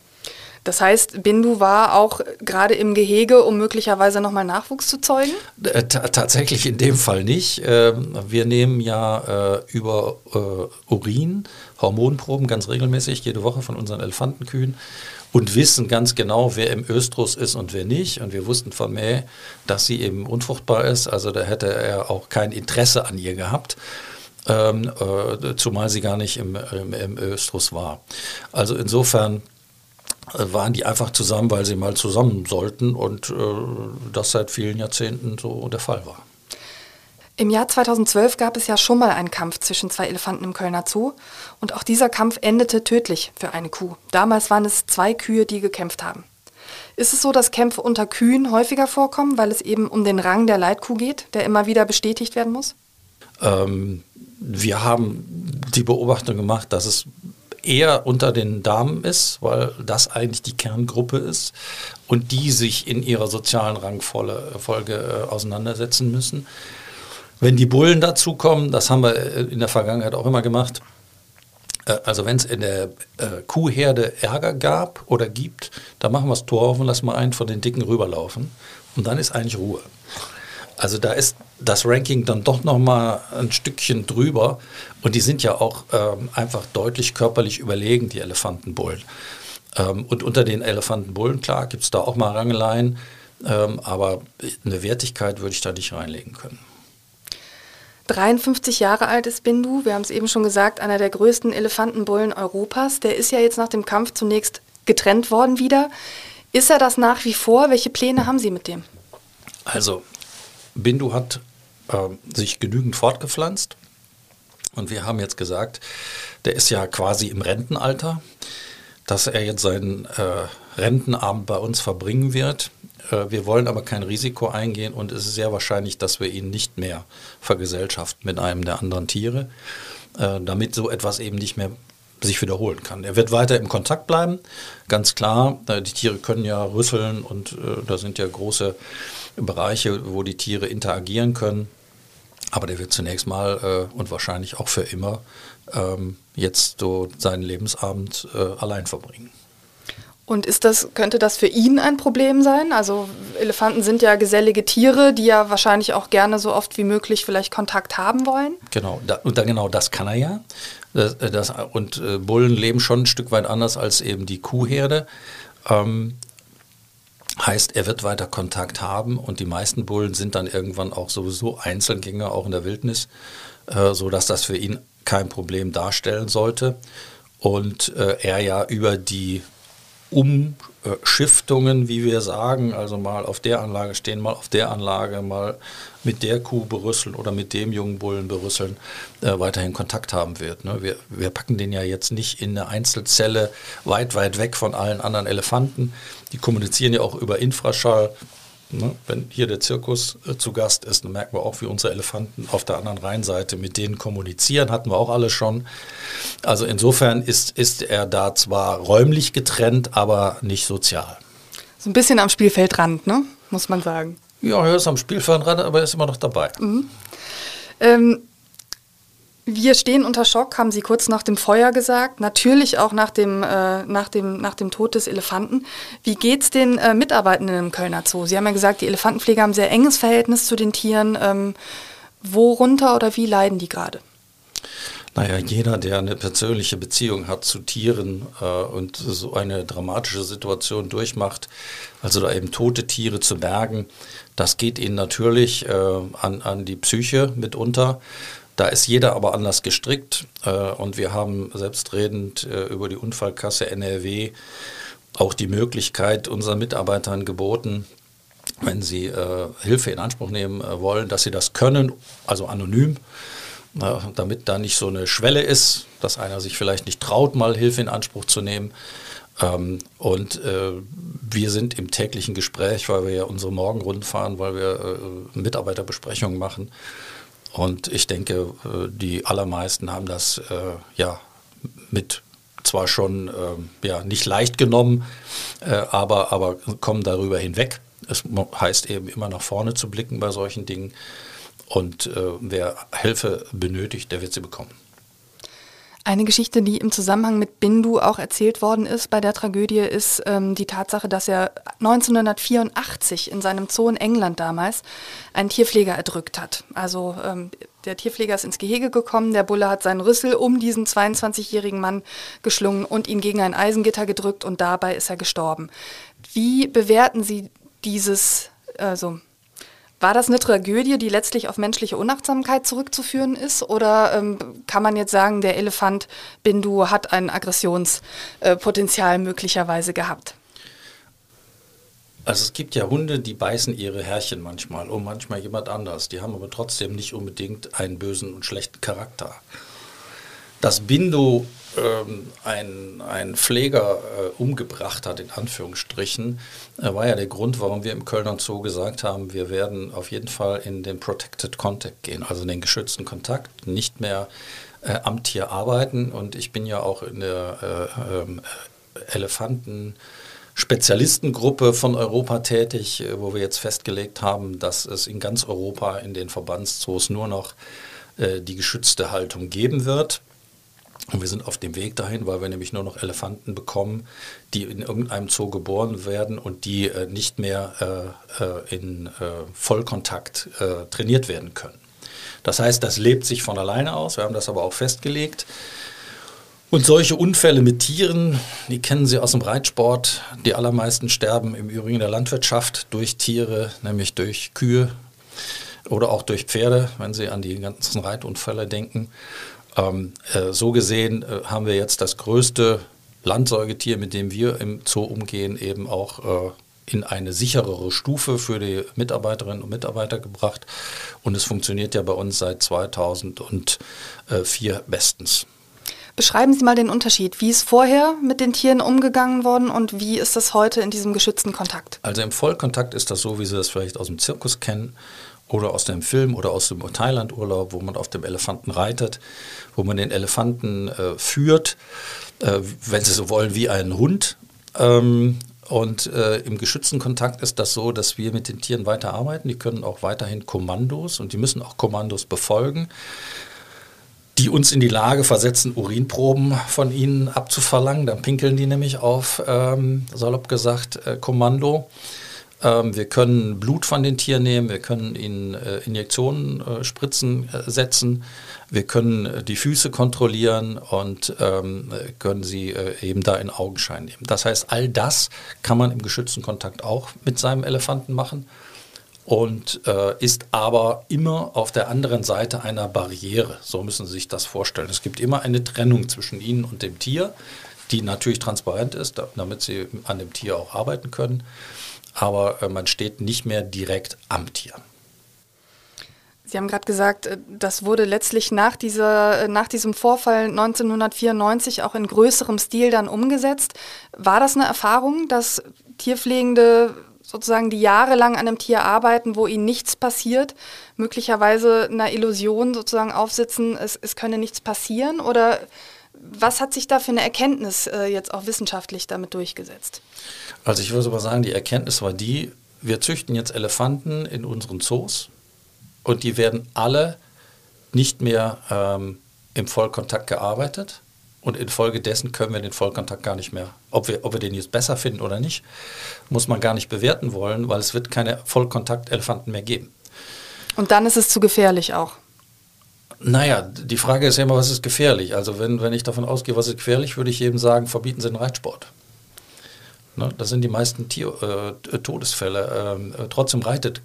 Das heißt, Bindu war auch gerade im Gehege, um möglicherweise nochmal Nachwuchs zu zeugen? T- tatsächlich in dem Fall nicht. Wir nehmen ja über Urin Hormonproben ganz regelmäßig, jede Woche von unseren Elefantenkühen. Und wissen ganz genau, wer im Östrus ist und wer nicht. Und wir wussten von Mäh, dass sie eben unfruchtbar ist. Also da hätte er auch kein Interesse an ihr gehabt, ähm, äh, zumal sie gar nicht im, im, im Östrus war. Also insofern äh, waren die einfach zusammen, weil sie mal zusammen sollten und äh, das seit vielen Jahrzehnten so der Fall war. Im Jahr zweitausendzwölf gab es ja schon mal einen Kampf zwischen zwei Elefanten im Kölner Zoo und auch dieser Kampf endete tödlich für eine Kuh. Damals waren es zwei Kühe, die gekämpft haben. Ist es so, dass Kämpfe unter Kühen häufiger vorkommen, weil es eben um den Rang der Leitkuh geht, der immer wieder bestätigt werden muss? Ähm, wir haben die Beobachtung gemacht, dass es eher unter den Damen ist, weil das eigentlich die Kerngruppe ist und die sich in ihrer sozialen Rangfolge äh, auseinandersetzen müssen. Wenn die Bullen dazukommen, das haben wir in der Vergangenheit auch immer gemacht, also wenn es in der äh, Kuhherde Ärger gab oder gibt, dann machen wir das Tor auf und lassen mal einen von den Dicken rüberlaufen und dann ist eigentlich Ruhe. Also da ist das Ranking dann doch nochmal ein Stückchen drüber und die sind ja auch ähm, einfach deutlich körperlich überlegen, die Elefantenbullen. Ähm, und unter den Elefantenbullen, klar, gibt es da auch mal Rangeleien, ähm, aber eine Wertigkeit würde ich da nicht reinlegen können. dreiundfünfzig Jahre alt ist Bindu, wir haben es eben schon gesagt, einer der größten Elefantenbullen Europas. Der ist ja jetzt nach dem Kampf zunächst getrennt worden wieder. Ist er das nach wie vor? Welche Pläne haben Sie mit dem? Also, Bindu hat äh, sich genügend fortgepflanzt und wir haben jetzt gesagt, der ist ja quasi im Rentenalter, dass er jetzt seinen äh, Rentenabend bei uns verbringen wird. Wir wollen aber kein Risiko eingehen und es ist sehr wahrscheinlich, dass wir ihn nicht mehr vergesellschaften mit einem der anderen Tiere, äh, damit so etwas eben nicht mehr sich wiederholen kann. Er wird weiter im Kontakt bleiben, ganz klar. Die Tiere können ja rüsseln und äh, da sind ja große Bereiche, wo die Tiere interagieren können. Aber der wird zunächst mal äh, und wahrscheinlich auch für immer ähm, jetzt so seinen Lebensabend äh, allein verbringen. Und ist das, könnte das für ihn ein Problem sein? Also Elefanten sind ja gesellige Tiere, die ja wahrscheinlich auch gerne so oft wie möglich vielleicht Kontakt haben wollen. Genau, da, und da, genau das kann er ja. Das, das, und äh, Bullen leben schon ein Stück weit anders als eben die Kuhherde. Ähm, heißt, er wird weiter Kontakt haben und die meisten Bullen sind dann irgendwann auch sowieso Einzelgänger, auch in der Wildnis, äh, sodass das für ihn kein Problem darstellen sollte. Und äh, er ja über die Umschiftungen, wie wir sagen, also mal auf der Anlage stehen, mal auf der Anlage, mal mit der Kuh berüsseln oder mit dem jungen Bullen berüsseln, äh, weiterhin Kontakt haben wird. Ne? Wir, wir packen den ja jetzt nicht in eine Einzelzelle weit, weit weg von allen anderen Elefanten. Die kommunizieren ja auch über Infraschall. Ne? Wenn hier der Zirkus äh, zu Gast ist, dann merken wir auch, wie unsere Elefanten auf der anderen Rheinseite mit denen kommunizieren, hatten wir auch alle schon. Also insofern ist, ist er da zwar räumlich getrennt, aber nicht sozial. So ein bisschen am Spielfeldrand, ne? Muss man sagen. Ja, er ist am Spielfeldrand, aber er ist immer noch dabei. Mhm. Ähm, wir stehen unter Schock, haben Sie kurz nach dem Feuer gesagt. Natürlich auch nach dem, äh, nach dem, nach dem Tod des Elefanten. Wie geht es den äh, Mitarbeitenden im Kölner Zoo? Sie haben ja gesagt, die Elefantenpfleger haben ein sehr enges Verhältnis zu den Tieren. Ähm, worunter oder wie leiden die gerade? Naja, jeder, der eine persönliche Beziehung hat zu Tieren äh, und so eine dramatische Situation durchmacht, also da eben tote Tiere zu bergen, das geht ihnen natürlich äh, an, an die Psyche mitunter. Da ist jeder aber anders gestrickt äh, und wir haben selbstredend äh, über die Unfallkasse N R W auch die Möglichkeit unseren Mitarbeitern geboten, wenn sie äh, Hilfe in Anspruch nehmen äh, wollen, dass sie das können, also anonym, äh, damit da nicht so eine Schwelle ist, dass einer sich vielleicht nicht traut, mal Hilfe in Anspruch zu nehmen. Ähm, und äh, wir sind im täglichen Gespräch, weil wir ja unsere Morgenrunden fahren, weil wir äh, Mitarbeiterbesprechungen machen. Und ich denke, äh, die allermeisten haben das äh, ja mit zwar schon äh, ja, nicht leicht genommen, äh, aber, aber kommen darüber hinweg. Es heißt eben immer nach vorne zu blicken bei solchen Dingen. Und äh, wer Hilfe benötigt, der wird sie bekommen. Eine Geschichte, die im Zusammenhang mit Bindu auch erzählt worden ist bei der Tragödie, ist ähm, die Tatsache, dass er neunzehnhundertvierundachtzig in seinem Zoo in England damals einen Tierpfleger erdrückt hat. Also ähm, der Tierpfleger ist ins Gehege gekommen, der Bulle hat seinen Rüssel um diesen zweiundzwanzigjährigen Mann geschlungen und ihn gegen ein Eisengitter gedrückt und dabei ist er gestorben. Wie bewerten Sie dieses, also war das eine Tragödie, die letztlich auf menschliche Unachtsamkeit zurückzuführen ist? Oder ähm, kann man jetzt sagen, der Elefant Bindu hat ein Aggressionspotenzial möglicherweise gehabt? Also es gibt ja Hunde, die beißen ihre Herrchen manchmal und manchmal jemand anders. Die haben aber trotzdem nicht unbedingt einen bösen und schlechten Charakter. Dass Bindu ähm, einen, einen Pfleger äh, umgebracht hat, in Anführungsstrichen, äh, war ja der Grund, warum wir im Kölner Zoo gesagt haben, wir werden auf jeden Fall in den Protected Contact gehen, also in den geschützten Kontakt, nicht mehr äh, am Tier arbeiten. Und ich bin ja auch in der äh, äh, Elefanten-Spezialistengruppe von Europa tätig, äh, wo wir jetzt festgelegt haben, dass es in ganz Europa in den Verbandszoos nur noch äh, die geschützte Haltung geben wird. Und wir sind auf dem Weg dahin, weil wir nämlich nur noch Elefanten bekommen, die in irgendeinem Zoo geboren werden und die äh, nicht mehr äh, in äh, Vollkontakt äh, trainiert werden können. Das heißt, das lebt sich von alleine aus. Wir haben das aber auch festgelegt. Und solche Unfälle mit Tieren, die kennen Sie aus dem Reitsport. Die allermeisten sterben im Übrigen in der Landwirtschaft durch Tiere, nämlich durch Kühe oder auch durch Pferde, wenn Sie an die ganzen Reitunfälle denken. Ähm, äh, so gesehen äh, haben wir jetzt das größte Landsäugetier, mit dem wir im Zoo umgehen, eben auch äh, in eine sicherere Stufe für die Mitarbeiterinnen und Mitarbeiter gebracht. Und es funktioniert ja bei uns seit zweitausendvier bestens. Beschreiben Sie mal den Unterschied. Wie ist vorher mit den Tieren umgegangen worden und wie ist das heute in diesem geschützten Kontakt? Also im Vollkontakt ist das so, wie Sie das vielleicht aus dem Zirkus kennen. Oder aus dem Film oder aus dem Thailand-Urlaub, wo man auf dem Elefanten reitet, wo man den Elefanten äh, führt, äh, wenn Sie so wollen, wie einen Hund. Ähm, und äh, im geschützten Kontakt ist das so, dass wir mit den Tieren weiterarbeiten. Die können auch weiterhin Kommandos und die müssen auch Kommandos befolgen, die uns in die Lage versetzen, Urinproben von ihnen abzuverlangen. Dann pinkeln die nämlich auf, ähm, salopp gesagt, äh, Kommando. Wir können Blut von den Tieren nehmen, wir können ihnen äh, Injektionen, äh, Spritzen äh, setzen, wir können äh, die Füße kontrollieren und ähm, können sie äh, eben da in Augenschein nehmen. Das heißt, all das kann man im geschützten Kontakt auch mit seinem Elefanten machen und äh, ist aber immer auf der anderen Seite einer Barriere. So müssen Sie sich das vorstellen. Es gibt immer eine Trennung zwischen Ihnen und dem Tier, die natürlich transparent ist, damit Sie an dem Tier auch arbeiten können. Aber äh, man steht nicht mehr direkt am Tier. Sie haben gerade gesagt, das wurde letztlich nach, dieser, nach diesem Vorfall neunzehnhundertvierundneunzig auch in größerem Stil dann umgesetzt. War das eine Erfahrung, dass Tierpflegende sozusagen die jahrelang an einem Tier arbeiten, wo ihnen nichts passiert, möglicherweise einer Illusion sozusagen aufsitzen, es, es könne nichts passieren? Oder was hat sich da für eine Erkenntnis äh, jetzt auch wissenschaftlich damit durchgesetzt? Also ich würde mal sagen, die Erkenntnis war die, wir züchten jetzt Elefanten in unseren Zoos und die werden alle nicht mehr ähm, im Vollkontakt gearbeitet und infolgedessen können wir den Vollkontakt gar nicht mehr, ob wir, ob wir den jetzt besser finden oder nicht, muss man gar nicht bewerten wollen, weil es wird keine Vollkontakt-Elefanten mehr geben. Und dann ist es zu gefährlich auch? Naja, die Frage ist ja immer, was ist gefährlich? Also wenn, wenn ich davon ausgehe, was ist gefährlich, würde ich jedem sagen, verbieten Sie den Reitsport. Ne? Das sind die meisten Tier, äh, Todesfälle. Ähm, trotzdem reitet,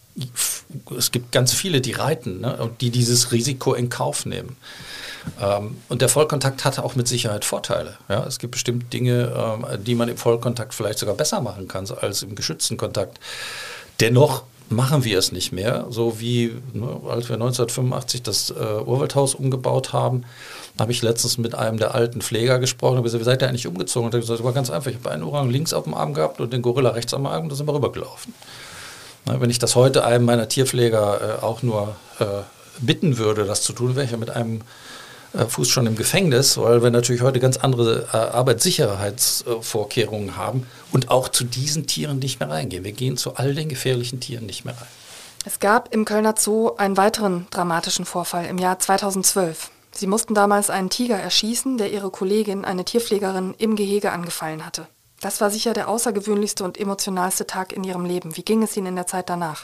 es gibt ganz viele, die reiten, ne? Und die dieses Risiko in Kauf nehmen. Ähm, und der Vollkontakt hat auch mit Sicherheit Vorteile. Ja? Es gibt bestimmt Dinge, ähm, die man im Vollkontakt vielleicht sogar besser machen kann als im geschützten Kontakt. Dennoch machen wir es nicht mehr, so wie ne, als wir neunzehnhundertfünfundachtzig das äh, Urwaldhaus umgebaut haben, habe ich letztens mit einem der alten Pfleger gesprochen und gesagt, wie seid ihr eigentlich umgezogen? Und er hat gesagt, das war ganz einfach, ich habe einen Orang links auf dem Arm gehabt und den Gorilla rechts am Arm und da sind wir rübergelaufen. Na, wenn ich das heute einem meiner Tierpfleger äh, auch nur äh, bitten würde, das zu tun, wäre ich ja mit einem äh, Fuß schon im Gefängnis, weil wir natürlich heute ganz andere äh, Arbeitssicherheitsvorkehrungen äh, haben und auch zu diesen Tieren nicht mehr reingehen. Wir gehen zu all den gefährlichen Tieren nicht mehr rein. Es gab im Kölner Zoo einen weiteren dramatischen Vorfall im Jahr zweitausendzwölf. Sie mussten damals einen Tiger erschießen, der ihre Kollegin, eine Tierpflegerin, im Gehege angefallen hatte. Das war sicher der außergewöhnlichste und emotionalste Tag in ihrem Leben. Wie ging es Ihnen in der Zeit danach?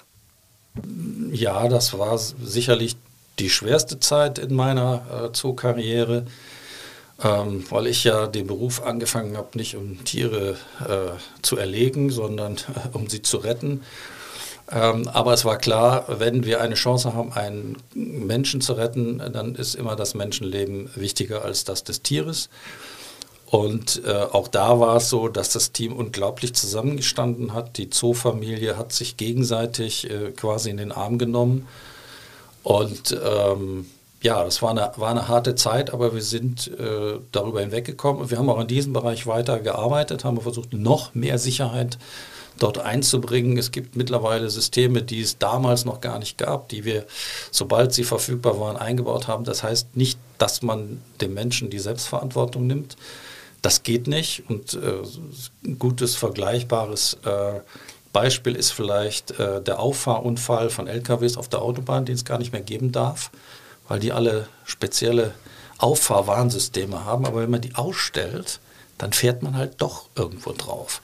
Ja, das war sicherlich die schwerste Zeit in meiner äh, Zoo-Karriere, ähm, weil ich ja den Beruf angefangen habe, nicht um Tiere äh, zu erlegen, sondern äh, um sie zu retten. Ähm, aber es war klar, wenn wir eine Chance haben, einen Menschen zu retten, dann ist immer das Menschenleben wichtiger als das des Tieres. Und äh, auch da war es so, dass das Team unglaublich zusammengestanden hat. Die Zoofamilie hat sich gegenseitig äh, quasi in den Arm genommen. Und ähm, ja, das war eine, war eine harte Zeit, aber wir sind äh, darüber hinweggekommen. Und wir haben auch in diesem Bereich weiter gearbeitet, haben versucht, noch mehr Sicherheit dort einzubringen. Es gibt mittlerweile Systeme, die es damals noch gar nicht gab, die wir, sobald sie verfügbar waren, eingebaut haben. Das heißt nicht, dass man dem Menschen die Selbstverantwortung nimmt. Das geht nicht. Und äh, ein gutes, vergleichbares äh, Beispiel ist vielleicht äh, der Auffahrunfall von L K Ws auf der Autobahn, den es gar nicht mehr geben darf, weil die alle spezielle Auffahrwarnsysteme haben. Aber wenn man die ausstellt, dann fährt man halt doch irgendwo drauf.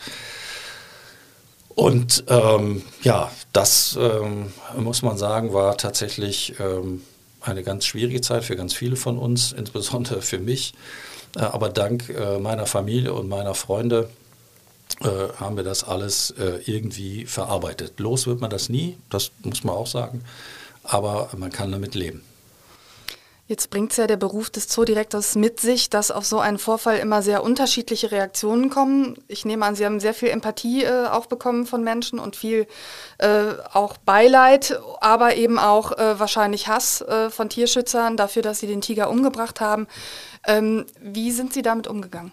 Und ähm, ja, das ähm, muss man sagen, war tatsächlich ähm, eine ganz schwierige Zeit für ganz viele von uns, insbesondere für mich. Äh, aber dank äh, meiner Familie und meiner Freunde äh, haben wir das alles äh, irgendwie verarbeitet. Los wird man das nie, das muss man auch sagen, aber man kann damit leben. Jetzt bringt es ja der Beruf des Zoodirektors mit sich, dass auf so einen Vorfall immer sehr unterschiedliche Reaktionen kommen. Ich nehme an, Sie haben sehr viel Empathie äh, auch bekommen von Menschen und viel äh, auch Beileid, aber eben auch äh, wahrscheinlich Hass äh, von Tierschützern dafür, dass sie den Tiger umgebracht haben. Ähm, wie sind Sie damit umgegangen?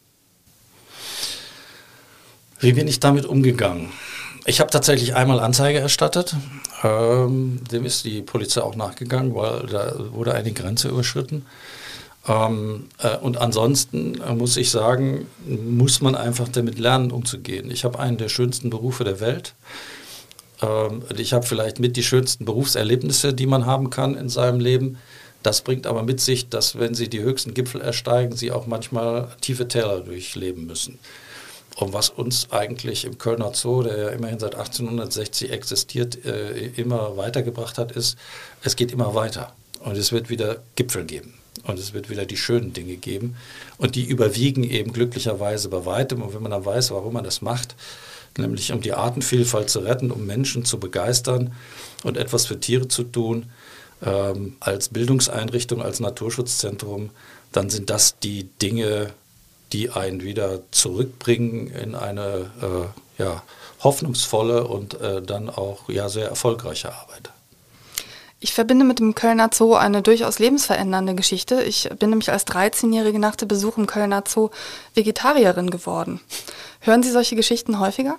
Wie bin ich damit umgegangen? Ich habe tatsächlich einmal Anzeige erstattet. Ähm, dem ist die Polizei auch nachgegangen, weil da wurde eine Grenze überschritten. Ähm, äh, und ansonsten äh, muss ich sagen, muss man einfach damit lernen, umzugehen. Ich habe einen der schönsten Berufe der Welt. Ähm, ich habe vielleicht mit die schönsten Berufserlebnisse, die man haben kann in seinem Leben. Das bringt aber mit sich, dass wenn Sie die höchsten Gipfel ersteigen, Sie auch manchmal tiefe Täler durchleben müssen. Und was uns eigentlich im Kölner Zoo, der ja immerhin seit achtzehnhundertsechzig existiert, äh, immer weitergebracht hat, ist, es geht immer weiter. Und es wird wieder Gipfel geben. Und es wird wieder die schönen Dinge geben. Und die überwiegen eben glücklicherweise bei weitem. Und wenn man dann weiß, warum man das macht, nämlich um die Artenvielfalt zu retten, um Menschen zu begeistern und etwas für Tiere zu tun, ähm, als Bildungseinrichtung, als Naturschutzzentrum, dann sind das die Dinge, die einen wieder zurückbringen in eine äh, ja, hoffnungsvolle und äh, dann auch ja, sehr erfolgreiche Arbeit. Ich verbinde mit dem Kölner Zoo eine durchaus lebensverändernde Geschichte. Ich bin nämlich als dreizehnjährige nach dem Besuch im Kölner Zoo Vegetarierin geworden. Hören Sie solche Geschichten häufiger?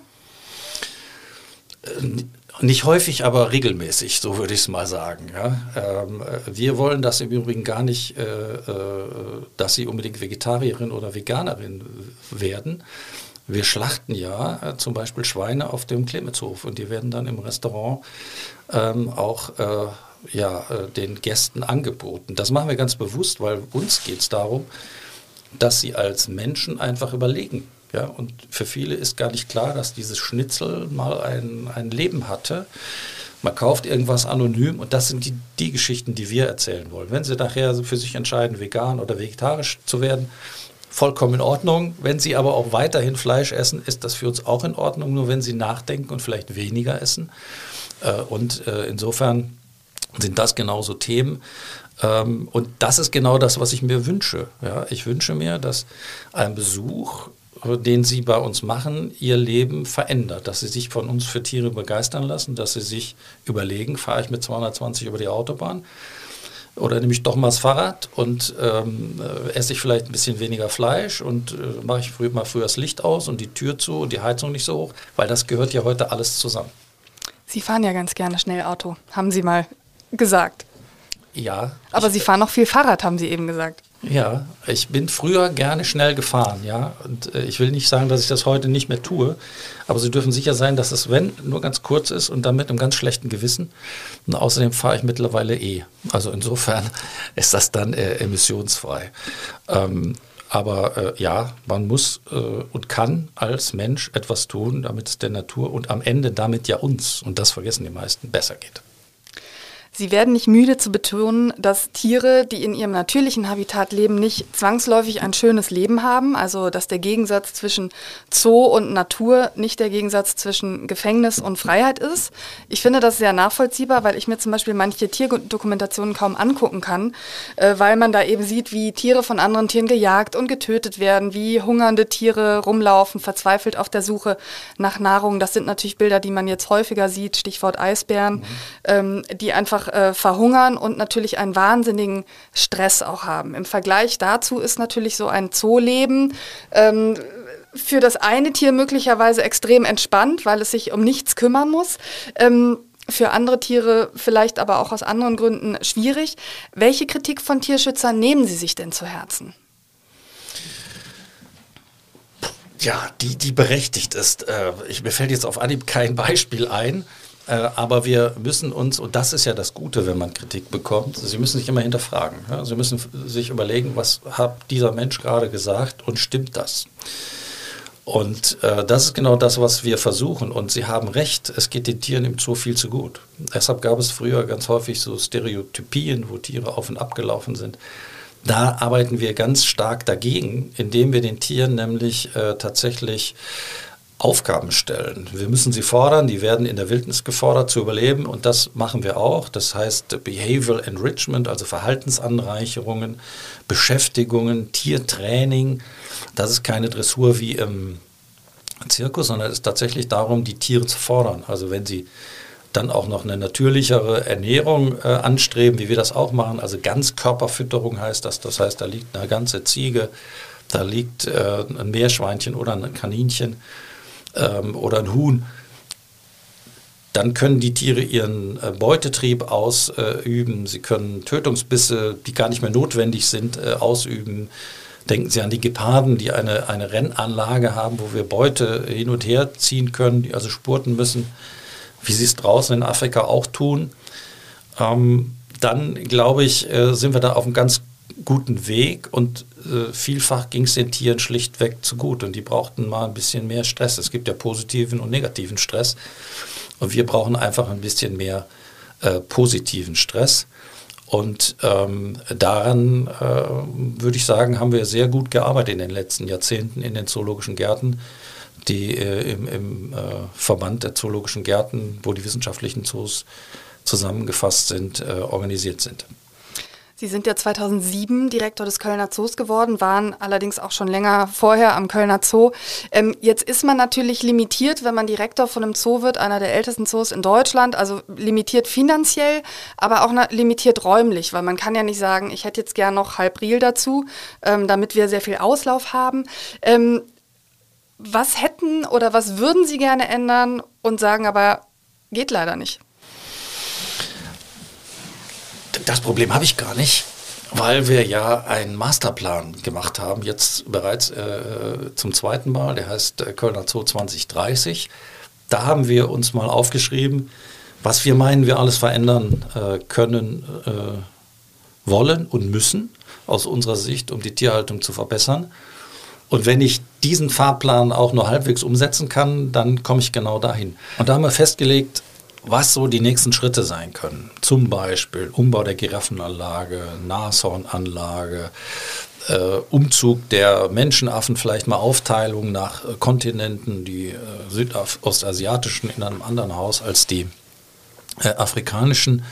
Äh, Nicht häufig, aber regelmäßig, so würde ich es mal sagen. Ja. Ähm, wir wollen das im Übrigen gar nicht, äh, äh, dass Sie unbedingt Vegetarierin oder Veganerin werden. Wir schlachten ja äh, zum Beispiel Schweine auf dem Clemenshof und die werden dann im Restaurant ähm, auch äh, ja, äh, den Gästen angeboten. Das machen wir ganz bewusst, weil uns geht es darum, dass sie als Menschen einfach überlegen. Ja, und für viele ist gar nicht klar, dass dieses Schnitzel mal ein, ein Leben hatte man kauft irgendwas anonym und das sind die, die Geschichten, die wir erzählen wollen. Wenn Sie nachher für sich entscheiden, vegan oder vegetarisch zu werden, vollkommen in Ordnung. Wenn Sie aber auch weiterhin Fleisch essen, ist das für uns auch in Ordnung, nur wenn Sie nachdenken und vielleicht weniger essen. Und insofern sind das genauso Themen. Und das ist genau das, was ich mir wünsche. Ja, ich wünsche mir, dass ein Besuch, den Sie bei uns machen, Ihr Leben verändert, dass Sie sich von uns für Tiere begeistern lassen, dass Sie sich überlegen, fahre ich mit zweihundertzwanzig über die Autobahn oder nehme ich doch mal das Fahrrad und ähm, esse ich vielleicht ein bisschen weniger Fleisch und äh, mache ich früh, mal früher das Licht aus und die Tür zu und die Heizung nicht so hoch, weil das gehört ja heute alles zusammen. Sie fahren ja ganz gerne schnell Auto, haben Sie mal gesagt. Ja. Aber Sie fahren noch viel Fahrrad, haben Sie eben gesagt. Ja, ich bin früher gerne schnell gefahren, ja. Und äh, ich will nicht sagen, dass ich das heute nicht mehr tue, aber Sie dürfen sicher sein, dass es, wenn, nur ganz kurz ist und dann mit einem ganz schlechten Gewissen. Und außerdem fahre ich mittlerweile eh. Also insofern ist das dann äh, emissionsfrei. Ähm, aber äh, ja, man muss äh, und kann als Mensch etwas tun, damit es der Natur und am Ende damit ja uns, und das vergessen die meisten, besser geht. Sie werden nicht müde zu betonen, dass Tiere, die in ihrem natürlichen Habitat leben, nicht zwangsläufig ein schönes Leben haben. Also dass der Gegensatz zwischen Zoo und Natur nicht der Gegensatz zwischen Gefängnis und Freiheit ist. Ich finde das sehr nachvollziehbar, weil ich mir zum Beispiel manche Tierdokumentationen kaum angucken kann, äh, weil man da eben sieht, wie Tiere von anderen Tieren gejagt und getötet werden, wie hungernde Tiere rumlaufen, verzweifelt auf der Suche nach Nahrung. Das sind natürlich Bilder, die man jetzt häufiger sieht, Stichwort Eisbären, mhm. ähm, die einfach Äh, verhungern und natürlich einen wahnsinnigen Stress auch haben. Im Vergleich dazu ist natürlich so ein Zooleben ähm, für das eine Tier möglicherweise extrem entspannt, weil es sich um nichts kümmern muss. Ähm, für andere Tiere vielleicht aber auch aus anderen Gründen schwierig. Welche Kritik von Tierschützern nehmen Sie sich denn zu Herzen? Ja, die, die berechtigt ist. Äh, ich, mir fällt jetzt auf Anhieb kein Beispiel ein. Äh, aber wir müssen uns, und das ist ja das Gute, wenn man Kritik bekommt, Sie müssen sich immer hinterfragen. Ja? Sie müssen sich überlegen, was hat dieser Mensch gerade gesagt und stimmt das? Und äh, das ist genau das, was wir versuchen. Und Sie haben recht, es geht den Tieren im Zoo viel zu gut. Deshalb gab es früher ganz häufig so Stereotypien, wo Tiere auf und ab gelaufen sind. Da arbeiten wir ganz stark dagegen, indem wir den Tieren nämlich äh, tatsächlich Aufgaben stellen. Wir müssen sie fordern, die werden in der Wildnis gefordert zu überleben und das machen wir auch. Das heißt Behavioral Enrichment, also Verhaltensanreicherungen, Beschäftigungen, Tiertraining. Das ist keine Dressur wie im Zirkus, sondern es ist tatsächlich darum, die Tiere zu fordern. Also wenn sie dann auch noch eine natürlichere Ernährung äh, anstreben, wie wir das auch machen, also Ganzkörperfütterung heißt das. Das heißt, da liegt eine ganze Ziege, da liegt äh, ein Meerschweinchen oder ein Kaninchen oder ein Huhn, dann können die Tiere ihren äh, Beutetrieb ausüben, sie können Tötungsbisse, die gar nicht mehr notwendig sind, äh, ausüben. Denken Sie an die Geparden, die eine, eine Rennanlage haben, wo wir Beute hin und her ziehen können, die also spurten müssen, wie sie es draußen in Afrika auch tun. Ähm, dann, glaube ich, äh, sind wir da auf einem ganz guten Weg und äh, vielfach ging es den Tieren schlichtweg zu gut und die brauchten mal ein bisschen mehr Stress. Es gibt ja positiven und negativen Stress und wir brauchen einfach ein bisschen mehr äh, positiven Stress und ähm, daran äh, würde ich sagen, haben wir sehr gut gearbeitet in den letzten Jahrzehnten in den zoologischen Gärten, die äh, im, im äh, Verband der zoologischen Gärten, wo die wissenschaftlichen Zoos zusammengefasst sind, äh, organisiert sind. Sie sind ja zweitausendsieben Direktor des Kölner Zoos geworden, waren allerdings auch schon länger vorher am Kölner Zoo. Ähm, jetzt ist man natürlich limitiert, wenn man Direktor von einem Zoo wird, einer der ältesten Zoos in Deutschland, also limitiert finanziell, aber auch limitiert räumlich, weil man kann ja nicht sagen, ich hätte jetzt gern noch halb Riel dazu, ähm, damit wir sehr viel Auslauf haben. Ähm, was hätten oder was würden Sie gerne ändern und sagen, aber geht leider nicht? Das Problem habe ich gar nicht, weil wir ja einen Masterplan gemacht haben, jetzt bereits äh, zum zweiten Mal, der heißt äh, Kölner Zoo zwanzig dreißig. Da haben wir uns mal aufgeschrieben, was wir meinen, wir alles verändern äh, können, äh, wollen und müssen, aus unserer Sicht, um die Tierhaltung zu verbessern. Und wenn ich diesen Fahrplan auch nur halbwegs umsetzen kann, dann komme ich genau dahin. Und da haben wir festgelegt, was so die nächsten Schritte sein können. Zum Beispiel Umbau der Giraffenanlage, Nashornanlage, äh, Umzug der Menschenaffen, vielleicht mal Aufteilung nach äh, Kontinenten, die äh, südostasiatischen in einem anderen Haus als die äh, afrikanischen.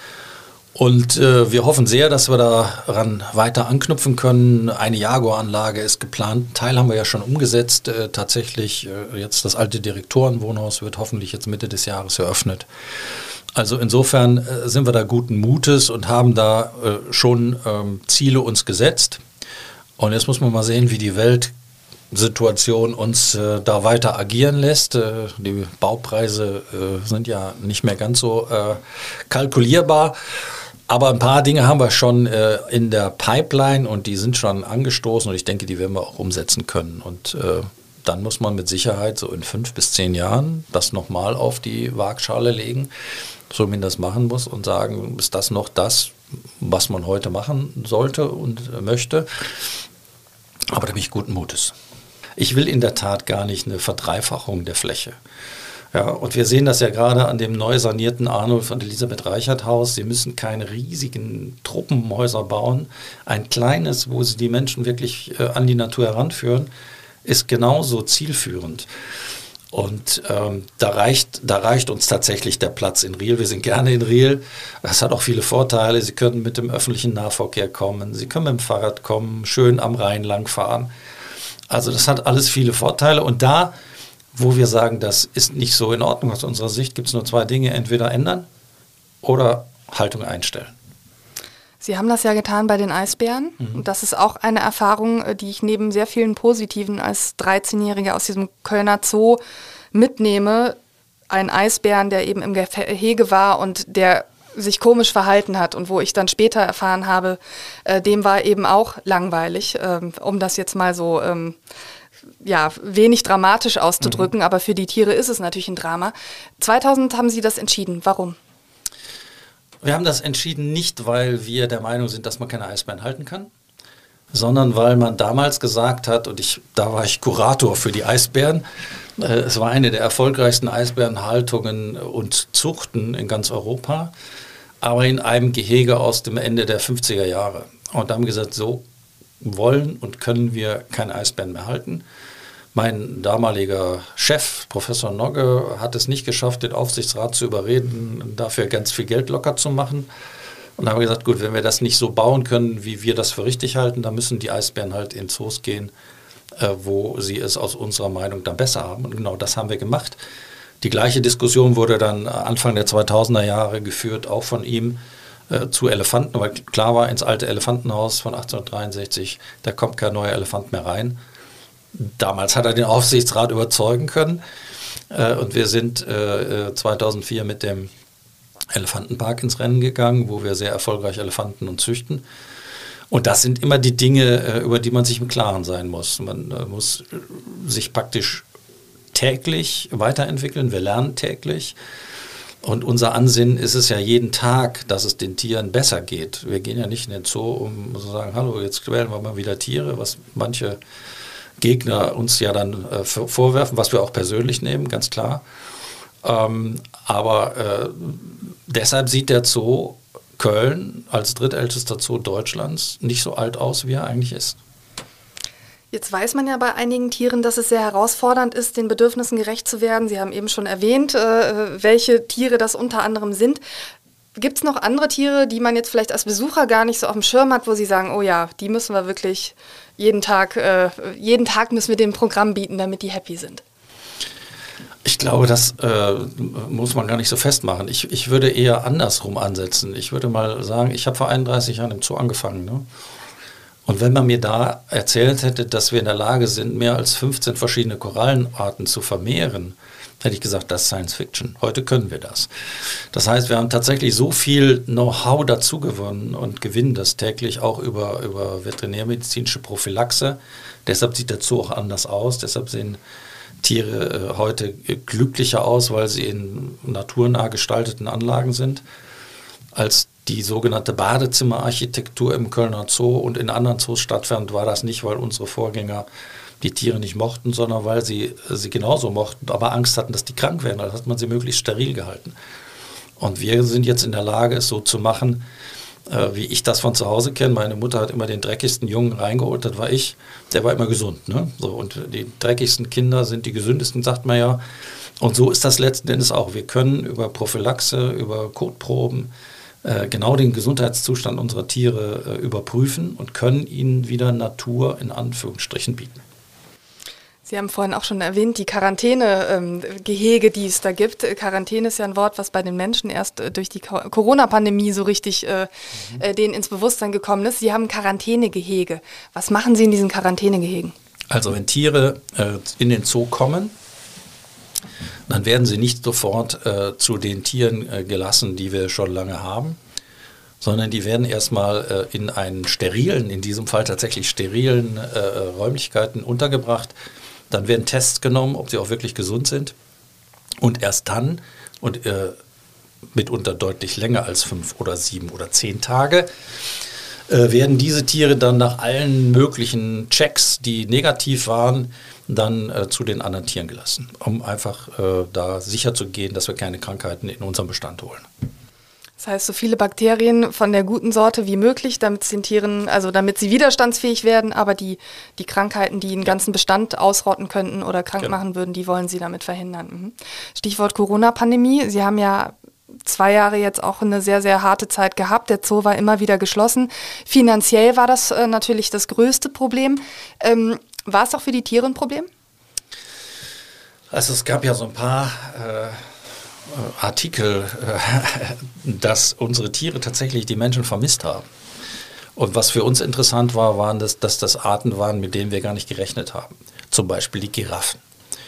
Und äh, wir hoffen sehr, dass wir daran weiter anknüpfen können. Eine Jaguar-Anlage ist geplant. Einen Teil haben wir ja schon umgesetzt. Äh, tatsächlich äh, jetzt das alte Direktorenwohnhaus wird hoffentlich jetzt Mitte des Jahres eröffnet. Also insofern äh, sind wir da guten Mutes und haben da äh, schon ähm, Ziele uns gesetzt. Und jetzt muss man mal sehen, wie die Weltsituation uns äh, da weiter agieren lässt. Äh, die Baupreise äh, sind ja nicht mehr ganz so äh, kalkulierbar. Aber ein paar Dinge haben wir schon äh, in der Pipeline und die sind schon angestoßen und ich denke, die werden wir auch umsetzen können. Und äh, dann muss man mit Sicherheit so in fünf bis zehn Jahren das nochmal auf die Waagschale legen, so wie man das machen muss und sagen, ist das noch das, was man heute machen sollte und äh, möchte. Aber da bin ich guten Mutes. Ich will in der Tat gar nicht eine Verdreifachung der Fläche. Ja, und wir sehen das ja gerade an dem neu sanierten Arnulf und Elisabeth Reichert Haus. Sie müssen keine riesigen Truppenhäuser bauen. Ein kleines, wo sie die Menschen wirklich äh, an die Natur heranführen, ist genauso zielführend. Und ähm, da reicht, da reicht uns tatsächlich der Platz in Riehl. Wir sind gerne in Riehl. Das hat auch viele Vorteile. Sie können mit dem öffentlichen Nahverkehr kommen. Sie können mit dem Fahrrad kommen, schön am Rhein lang fahren. Also das hat alles viele Vorteile. Und da, wo wir sagen, das ist nicht so in Ordnung aus unserer Sicht, gibt es nur zwei Dinge, entweder ändern oder Haltung einstellen. Sie haben das ja getan bei den Eisbären. Mhm. Und das ist auch eine Erfahrung, die ich neben sehr vielen positiven als dreizehnjährige aus diesem Kölner Zoo mitnehme. Ein Eisbären, der eben im Gehege war und der sich komisch verhalten hat und wo ich dann später erfahren habe, äh, dem war eben auch langweilig, ähm, um das jetzt mal so ähm, ja, wenig dramatisch auszudrücken, mhm. aber für die Tiere ist es natürlich ein Drama. zweitausend haben Sie das entschieden. Warum? Wir haben das entschieden nicht, weil wir der Meinung sind, dass man keine Eisbären halten kann, sondern weil man damals gesagt hat, und ich, da war ich Kurator für die Eisbären, äh, es war eine der erfolgreichsten Eisbärenhaltungen und Zuchten in ganz Europa, aber in einem Gehege aus dem Ende der fünfziger Jahre. Und da haben wir gesagt, so wollen und können wir keine Eisbären mehr halten. Mein damaliger Chef, Professor Nogge, hat es nicht geschafft, den Aufsichtsrat zu überreden, dafür ganz viel Geld locker zu machen. Und da haben wir gesagt, gut, wenn wir das nicht so bauen können, wie wir das für richtig halten, dann müssen die Eisbären halt in Zoos gehen, äh, wo sie es aus unserer Meinung dann besser haben. Und genau das haben wir gemacht. Die gleiche Diskussion wurde dann Anfang der zweitausender Jahre geführt, auch von ihm, äh, zu Elefanten, weil klar war, ins alte Elefantenhaus von achtzehnhundertdreiundsechzig, da kommt kein neuer Elefant mehr rein. Damals hat er den Aufsichtsrat überzeugen können äh, und wir sind äh, zweitausendvier mit dem Elefantenpark ins Rennen gegangen, wo wir sehr erfolgreich Elefanten und züchten. Und das sind immer die Dinge, äh, über die man sich im Klaren sein muss. Man äh, muss sich praktisch täglich weiterentwickeln, wir lernen täglich. Und unser Ansinnen ist es ja jeden Tag, dass es den Tieren besser geht. Wir gehen ja nicht in den Zoo, um zu sagen, hallo, jetzt quälen wir mal wieder Tiere, was manche Gegner uns ja dann äh, vorwerfen, was wir auch persönlich nehmen, ganz klar. Ähm, aber äh, deshalb sieht der Zoo Köln als drittältester Zoo Deutschlands nicht so alt aus, wie er eigentlich ist. Jetzt weiß man ja bei einigen Tieren, dass es sehr herausfordernd ist, den Bedürfnissen gerecht zu werden. Sie haben eben schon erwähnt, äh, welche Tiere das unter anderem sind. Gibt es noch andere Tiere, die man jetzt vielleicht als Besucher gar nicht so auf dem Schirm hat, wo Sie sagen, oh ja, die müssen wir wirklich jeden Tag, äh, jeden Tag müssen wir dem Programm bieten, damit die happy sind? Ich glaube, das äh, muss man gar nicht so festmachen. Ich, ich würde eher andersrum ansetzen. Ich würde mal sagen, ich habe vor einunddreißig Jahren im Zoo angefangen. Ne? Und wenn man mir da erzählt hätte, dass wir in der Lage sind, mehr als fünfzehn verschiedene Korallenarten zu vermehren, hätte ich gesagt, das ist Science Fiction. Heute können wir das. Das heißt, wir haben tatsächlich so viel Know-how dazu gewonnen und gewinnen das täglich auch über, über veterinärmedizinische Prophylaxe. Deshalb sieht der Zoo auch anders aus. Deshalb sehen Tiere äh, heute glücklicher aus, weil sie in naturnah gestalteten Anlagen sind, als die sogenannte Badezimmerarchitektur im Kölner Zoo und in anderen Zoos stattfand, war das nicht, weil unsere Vorgänger die Tiere nicht mochten, sondern weil sie sie genauso mochten, aber Angst hatten, dass die krank werden. Also hat man sie möglichst steril gehalten. Und wir sind jetzt in der Lage, es so zu machen, äh, wie ich das von zu Hause kenne. Meine Mutter hat immer den dreckigsten Jungen reingeholt, das war ich. Der war immer gesund. Ne? So, und die dreckigsten Kinder sind die gesündesten, sagt man ja. Und so ist das letzten Endes auch. Wir können über Prophylaxe, über Kotproben äh, genau den Gesundheitszustand unserer Tiere äh, überprüfen und können ihnen wieder Natur in Anführungsstrichen bieten. Sie haben vorhin auch schon erwähnt, die Quarantäne-Gehege, ähm, die es da gibt. Quarantäne ist ja ein Wort, was bei den Menschen erst äh, durch die Ko- Corona-Pandemie so richtig äh, mhm. äh, denen ins Bewusstsein gekommen ist. Sie haben Quarantänegehege. Was machen Sie in diesen Quarantänegehegen? Also wenn Tiere äh, in den Zoo kommen, dann werden sie nicht sofort äh, zu den Tieren äh, gelassen, die wir schon lange haben, sondern die werden erstmal äh, in einen sterilen, in diesem Fall tatsächlich sterilen äh, Räumlichkeiten untergebracht. Dann werden Tests genommen, ob sie auch wirklich gesund sind. Und erst dann, und äh, mitunter deutlich länger als fünf oder sieben oder zehn Tage, äh, werden diese Tiere dann nach allen möglichen Checks, die negativ waren, dann äh, zu den anderen Tieren gelassen, um einfach äh, da sicher zu gehen, dass wir keine Krankheiten in unserem Bestand holen. Das heißt, so viele Bakterien von der guten Sorte wie möglich, damit es den Tieren, also damit sie widerstandsfähig werden, aber die, die Krankheiten, die einen ganzen Bestand ausrotten könnten oder krank genau. machen würden, die wollen Sie damit verhindern. Mhm. Stichwort Corona-Pandemie. Sie haben ja zwei Jahre jetzt auch eine sehr, sehr harte Zeit gehabt. Der Zoo war immer wieder geschlossen. Finanziell war das äh, natürlich das größte Problem. Ähm, war es auch für die Tiere ein Problem? Also es gab ja so ein paar äh, Artikel, äh, dass unsere Tiere tatsächlich die Menschen vermisst haben. Und was für uns interessant war, waren das, dass das Arten waren, mit denen wir gar nicht gerechnet haben. Zum Beispiel die Giraffen.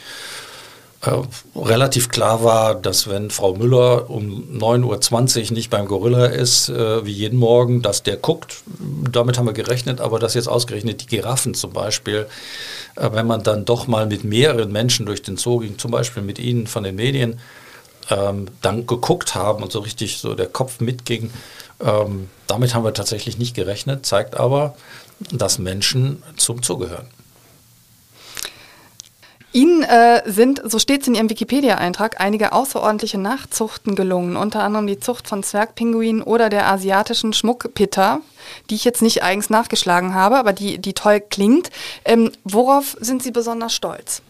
Äh, relativ klar war, dass wenn Frau Müller um neun Uhr zwanzig nicht beim Gorilla ist, äh, wie jeden Morgen, dass der guckt. Damit haben wir gerechnet, aber dass jetzt ausgerechnet die Giraffen zum Beispiel, äh, wenn man dann doch mal mit mehreren Menschen durch den Zoo ging, zum Beispiel mit Ihnen von den Medien, ähm, dann geguckt haben und so richtig so der Kopf mitging, ähm, damit haben wir tatsächlich nicht gerechnet, zeigt aber, dass Menschen zum Zoo gehören. Ihnen äh, sind, so steht es in Ihrem Wikipedia-Eintrag, einige außerordentliche Nachzuchten gelungen, unter anderem die Zucht von Zwergpinguinen oder der asiatischen Schmuckpitta, die ich jetzt nicht eigens nachgeschlagen habe, aber die, die toll klingt. Ähm, worauf sind Sie besonders stolz?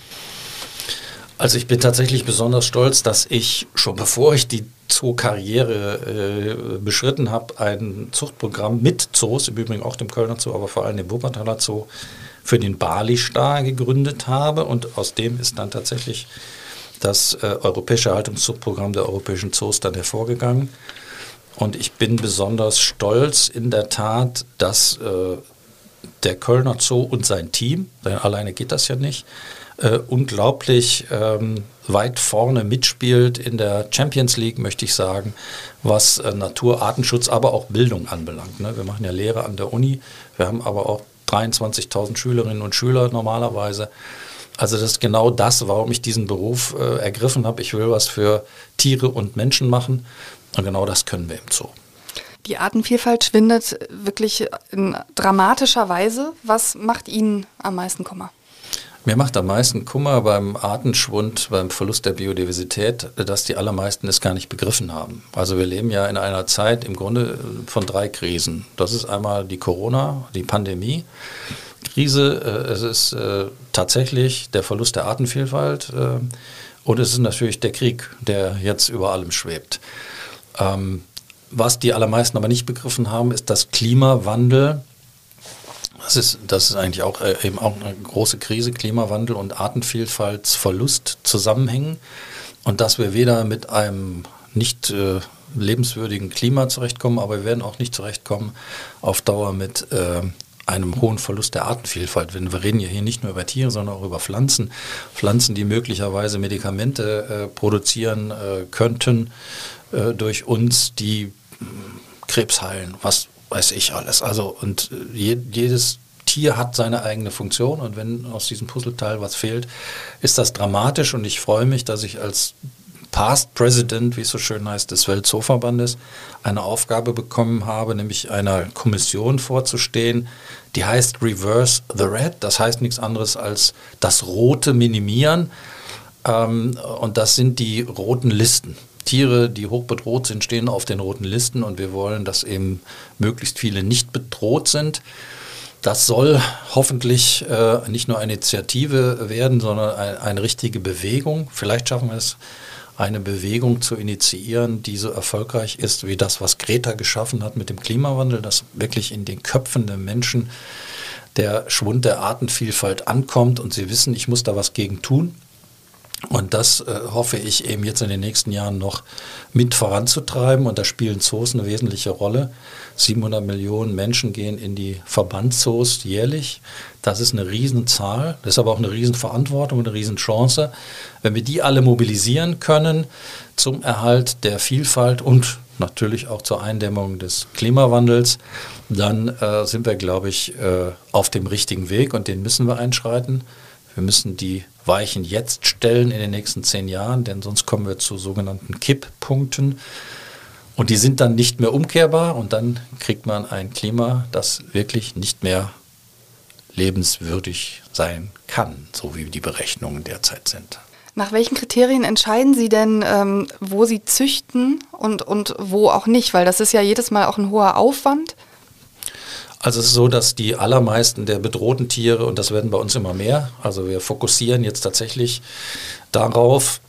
Also ich bin tatsächlich besonders stolz, dass ich schon bevor ich die Zoo-Karriere äh, beschritten habe, ein Zuchtprogramm mit Zoos, im Übrigen auch dem Kölner Zoo, aber vor allem dem Wuppertaler Zoo, für den Bali-Star gegründet habe, und aus dem ist dann tatsächlich das äh, europäische Haltungszuchtprogramm der europäischen Zoos dann hervorgegangen. Und ich bin besonders stolz in der Tat, dass äh, der Kölner Zoo und sein Team, denn alleine geht das ja nicht, äh, unglaublich ähm, weit vorne mitspielt in der Champions League, möchte ich sagen, was äh, Natur, Artenschutz, aber auch Bildung anbelangt. Ne? Wir machen ja Lehre an der Uni, wir haben aber auch dreiundzwanzigtausend Schülerinnen und Schüler normalerweise. Also das ist genau das, warum ich diesen Beruf äh, ergriffen habe. Ich will was für Tiere und Menschen machen, und genau das können wir im Zoo. Die Artenvielfalt schwindet wirklich in dramatischer Weise. Was macht Ihnen am meisten Kummer? Mir macht am meisten Kummer beim Artenschwund, beim Verlust der Biodiversität, dass die allermeisten es gar nicht begriffen haben. Also wir leben ja in einer Zeit im Grunde von drei Krisen. Das ist einmal die Corona, die Pandemie-Krise, äh, es ist äh, tatsächlich der Verlust der Artenvielfalt äh, und es ist natürlich der Krieg, der jetzt über allem schwebt. Ähm, was die allermeisten aber nicht begriffen haben, ist, dass Klimawandel, Das ist, das ist eigentlich auch äh, eben auch eine große Krise, Klimawandel und Artenvielfaltsverlust zusammenhängen, und dass wir weder mit einem nicht äh, lebenswürdigen Klima zurechtkommen, aber wir werden auch nicht zurechtkommen auf Dauer mit äh, einem hohen Verlust der Artenvielfalt. Wir reden ja hier nicht nur über Tiere, sondern auch über Pflanzen. Pflanzen, die möglicherweise Medikamente äh, produzieren äh, könnten äh, durch uns, die äh, Krebs heilen, was weiß ich alles. Also und je, jedes Tier hat seine eigene Funktion, und wenn aus diesem Puzzleteil was fehlt, ist das dramatisch, und ich freue mich, dass ich als Past President, wie es so schön heißt, des Weltzooverbandes, eine Aufgabe bekommen habe, nämlich einer Kommission vorzustehen, die heißt Reverse the Red. Das heißt nichts anderes als das Rote minimieren. Ähm, und das sind die roten Listen. Tiere, die hoch bedroht sind, stehen auf den roten Listen und wir wollen, dass eben möglichst viele nicht bedroht sind. Das soll hoffentlich äh, nicht nur eine Initiative werden, sondern ein, eine richtige Bewegung. Vielleicht schaffen wir es, eine Bewegung zu initiieren, die so erfolgreich ist wie das, was Greta geschaffen hat mit dem Klimawandel, dass wirklich in den Köpfen der Menschen der Schwund der Artenvielfalt ankommt und sie wissen, ich muss da was gegen tun. Und das äh, hoffe ich eben jetzt in den nächsten Jahren noch mit voranzutreiben. Und da spielen Zoos eine wesentliche Rolle. siebenhundert Millionen Menschen gehen in die Verbandszoos jährlich. Das ist eine Riesenzahl. Das ist aber auch eine Riesenverantwortung, eine Riesenchance. Wenn wir die alle mobilisieren können zum Erhalt der Vielfalt und natürlich auch zur Eindämmung des Klimawandels, dann äh, sind wir, glaube ich, äh, auf dem richtigen Weg und den müssen wir einschreiten. Wir müssen die Weichen jetzt stellen in den nächsten zehn Jahren, denn sonst kommen wir zu sogenannten Kipppunkten. Und die sind dann nicht mehr umkehrbar und dann kriegt man ein Klima, das wirklich nicht mehr lebenswürdig sein kann, so wie die Berechnungen derzeit sind. Nach welchen Kriterien entscheiden Sie denn, ähm, wo Sie züchten und, und wo auch nicht? Weil das ist ja jedes Mal auch ein hoher Aufwand. Also es ist so, dass die allermeisten der bedrohten Tiere, und das werden bei uns immer mehr, also wir fokussieren jetzt tatsächlich darauf,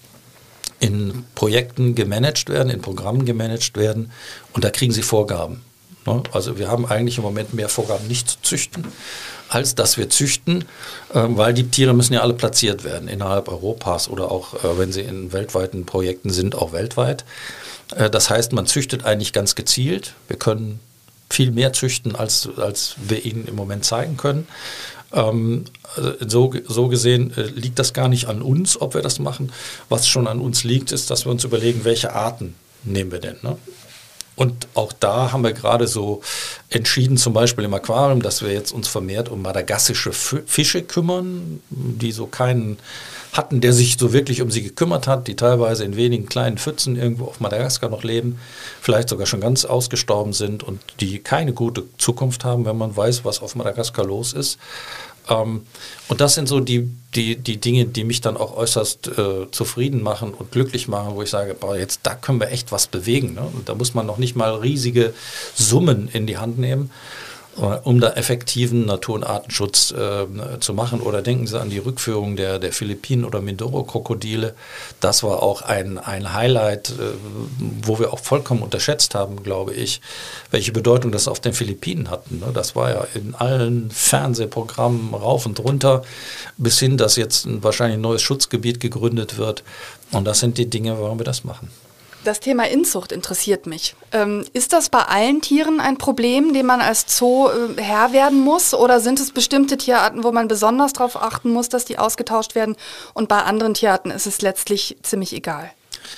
in Projekten gemanagt werden, in Programmen gemanagt werden und da kriegen sie Vorgaben. Also wir haben eigentlich im Moment mehr Vorgaben nicht zu züchten, als dass wir züchten, weil die Tiere müssen ja alle platziert werden innerhalb Europas oder auch, wenn sie in weltweiten Projekten sind, auch weltweit. Das heißt, man züchtet eigentlich ganz gezielt. Wir können viel mehr züchten, als, als wir ihnen im Moment zeigen können. Ähm, so, so gesehen äh, liegt das gar nicht an uns, ob wir das machen. Was schon an uns liegt, ist, dass wir uns überlegen, welche Arten nehmen wir denn. Ne? Und auch da haben wir gerade so entschieden, zum Beispiel im Aquarium, dass wir jetzt uns vermehrt um madagassische Fische kümmern, die so keinen hatten, der sich so wirklich um sie gekümmert hat, die teilweise in wenigen kleinen Pfützen irgendwo auf Madagaskar noch leben, vielleicht sogar schon ganz ausgestorben sind und die keine gute Zukunft haben, wenn man weiß, was auf Madagaskar los ist. Ähm, und das sind so die, die, die Dinge, die mich dann auch äußerst äh, zufrieden machen und glücklich machen, wo ich sage, boah, jetzt da können wir echt was bewegen. Ne? Und da muss man noch nicht mal riesige Summen in die Hand nehmen, um da effektiven Natur- und Artenschutz äh, zu machen. Oder denken Sie an die Rückführung der, der Philippinen- oder Mindoro-Krokodile. Das war auch ein, ein Highlight, äh, wo wir auch vollkommen unterschätzt haben, glaube ich, welche Bedeutung das auf den Philippinen hatten. Ne? Das war ja in allen Fernsehprogrammen rauf und runter, bis hin, dass jetzt ein wahrscheinlich ein neues Schutzgebiet gegründet wird. Und das sind die Dinge, warum wir das machen. Das Thema Inzucht interessiert mich. Ähm, ist das bei allen Tieren ein Problem, dem man als Zoo äh, Herr werden muss? Oder sind es bestimmte Tierarten, wo man besonders darauf achten muss, dass die ausgetauscht werden? Und bei anderen Tierarten ist es letztlich ziemlich egal?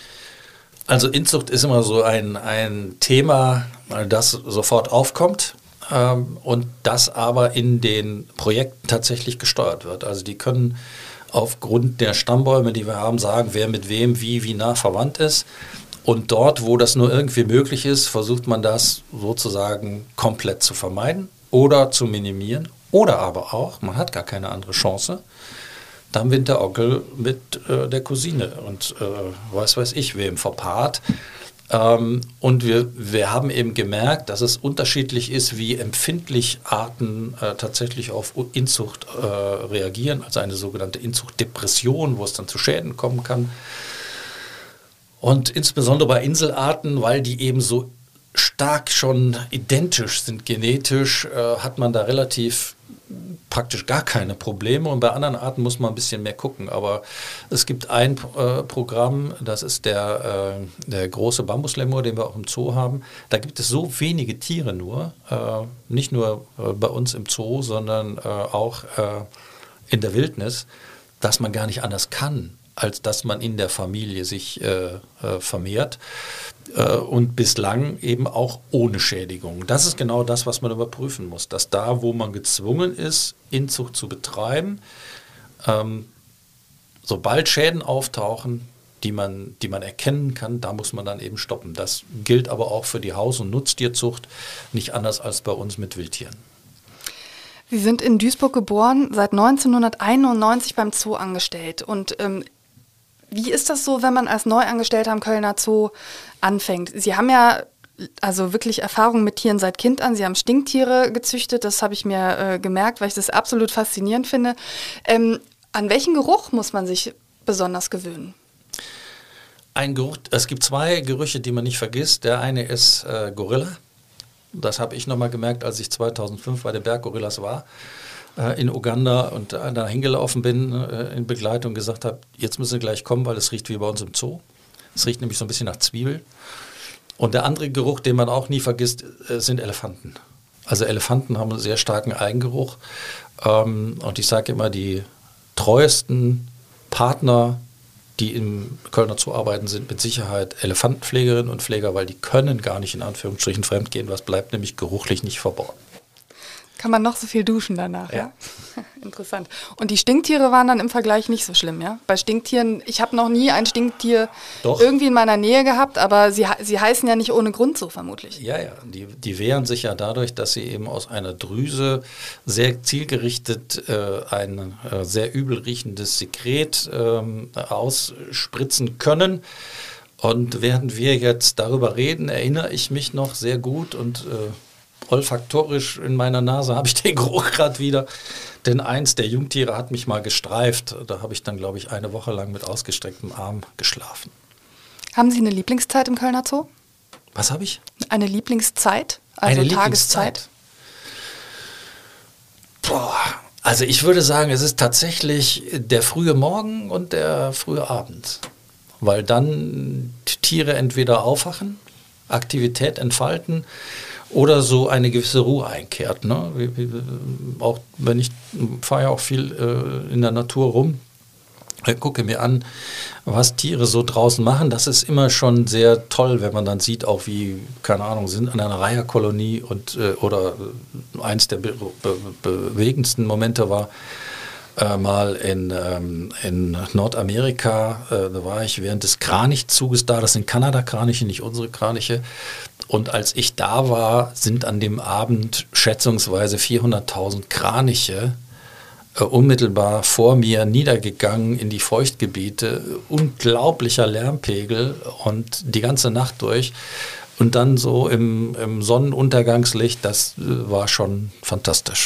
Also Inzucht ist immer so ein, ein Thema, das sofort aufkommt ähm, und das aber in den Projekten tatsächlich gesteuert wird. Also die können aufgrund der Stammbäume, die wir haben, sagen, wer mit wem wie, wie nah verwandt ist. Und dort, wo das nur irgendwie möglich ist, versucht man das sozusagen komplett zu vermeiden oder zu minimieren. Oder aber auch, man hat gar keine andere Chance, dann wird der Onkel mit äh, der Cousine und äh, weiß weiß ich wem verpaart. Ähm, und wir, wir haben eben gemerkt, dass es unterschiedlich ist, wie empfindlich Arten äh, tatsächlich auf Inzucht äh, reagieren, also eine sogenannte Inzuchtdepression, wo es dann zu Schäden kommen kann. Und insbesondere bei Inselarten, weil die eben so stark schon identisch sind genetisch, äh, hat man da relativ praktisch gar keine Probleme. Und bei anderen Arten muss man ein bisschen mehr gucken. Aber es gibt ein äh, Programm, das ist der, äh, der große Bambuslemur, den wir auch im Zoo haben. Da gibt es so wenige Tiere nur, äh, nicht nur äh, bei uns im Zoo, sondern äh, auch äh, in der Wildnis, dass man gar nicht anders kann, als dass man in der Familie sich äh, äh, vermehrt äh, und bislang eben auch ohne Schädigung. Das ist genau das, was man überprüfen muss, dass da, wo man gezwungen ist, Inzucht zu betreiben, ähm, sobald Schäden auftauchen, die man, die man erkennen kann, da muss man dann eben stoppen. Das gilt aber auch für die Haus- und Nutztierzucht, nicht anders als bei uns mit Wildtieren. Sie sind in Duisburg geboren, seit neunzehnhunderteinundneunzig beim Zoo angestellt. Und ähm, wie ist das so, wenn man als Neuangestellter am Kölner Zoo anfängt? Sie haben ja also wirklich Erfahrung mit Tieren seit Kind an. Sie haben Stinktiere gezüchtet, das habe ich mir äh, gemerkt, weil ich das absolut faszinierend finde. Ähm, an welchen Geruch muss man sich besonders gewöhnen? Ein Geruch, es gibt zwei Gerüche, die man nicht vergisst. Der eine ist äh, Gorilla. Das habe ich nochmal gemerkt, als ich zweitausendfünf bei den Berggorillas war äh, in Uganda und äh, da hingelaufen bin äh, in Begleitung und gesagt habe, jetzt müssen Sie gleich kommen, weil es riecht wie bei uns im Zoo. Es riecht nämlich so ein bisschen nach Zwiebel. Und der andere Geruch, den man auch nie vergisst, äh, sind Elefanten. Also Elefanten haben einen sehr starken Eigengeruch. Ähm, und ich sage immer, die treuesten Partner, die im Kölner Zoo arbeiten, sind mit Sicherheit Elefantenpflegerinnen und Pfleger, weil die können gar nicht in Anführungsstrichen fremdgehen, was bleibt nämlich geruchlich nicht verborgen. Kann man noch so viel duschen danach, ja? Ja. Interessant. Und die Stinktiere waren dann im Vergleich nicht so schlimm, ja? Bei Stinktieren, ich habe noch nie ein Stinktier Doch. irgendwie in meiner Nähe gehabt, aber sie, sie heißen ja nicht ohne Grund so vermutlich. Ja, ja, die, die wehren sich ja dadurch, dass sie eben aus einer Drüse sehr zielgerichtet äh, ein äh, sehr übel riechendes Sekret ähm, ausspritzen können. Und während wir jetzt darüber reden, erinnere ich mich noch sehr gut und äh, olfaktorisch in meiner Nase habe ich den Geruch gerade wieder. Denn eins der Jungtiere hat mich mal gestreift. Da habe ich dann, glaube ich, eine Woche lang mit ausgestrecktem Arm geschlafen. Haben Sie eine Lieblingszeit im Kölner Zoo? Was habe ich? Eine Lieblingszeit? Also eine Tageszeit? Lieblingszeit? Boah, also ich würde sagen, es ist tatsächlich der frühe Morgen und der frühe Abend. Weil dann Tiere entweder aufwachen, Aktivität entfalten, oder so eine gewisse Ruhe einkehrt. Ne? Wie, wie, auch wenn ich fahre ja auch viel äh, in der Natur rum, äh, gucke mir an, was Tiere so draußen machen. Das ist immer schon sehr toll, wenn man dann sieht, auch wie, keine Ahnung, sind an einer Reiherkolonie und äh, oder eins der be be bewegendsten Momente war äh, mal in, ähm, in Nordamerika, äh, da war ich während des Kranichzuges da, das sind Kanada-Kraniche, nicht unsere Kraniche. Und als ich da war, sind an dem Abend schätzungsweise vierhunderttausend Kraniche äh, unmittelbar vor mir niedergegangen in die Feuchtgebiete. Unglaublicher Lärmpegel und die ganze Nacht durch. Und dann so im, im Sonnenuntergangslicht, das äh, war schon fantastisch.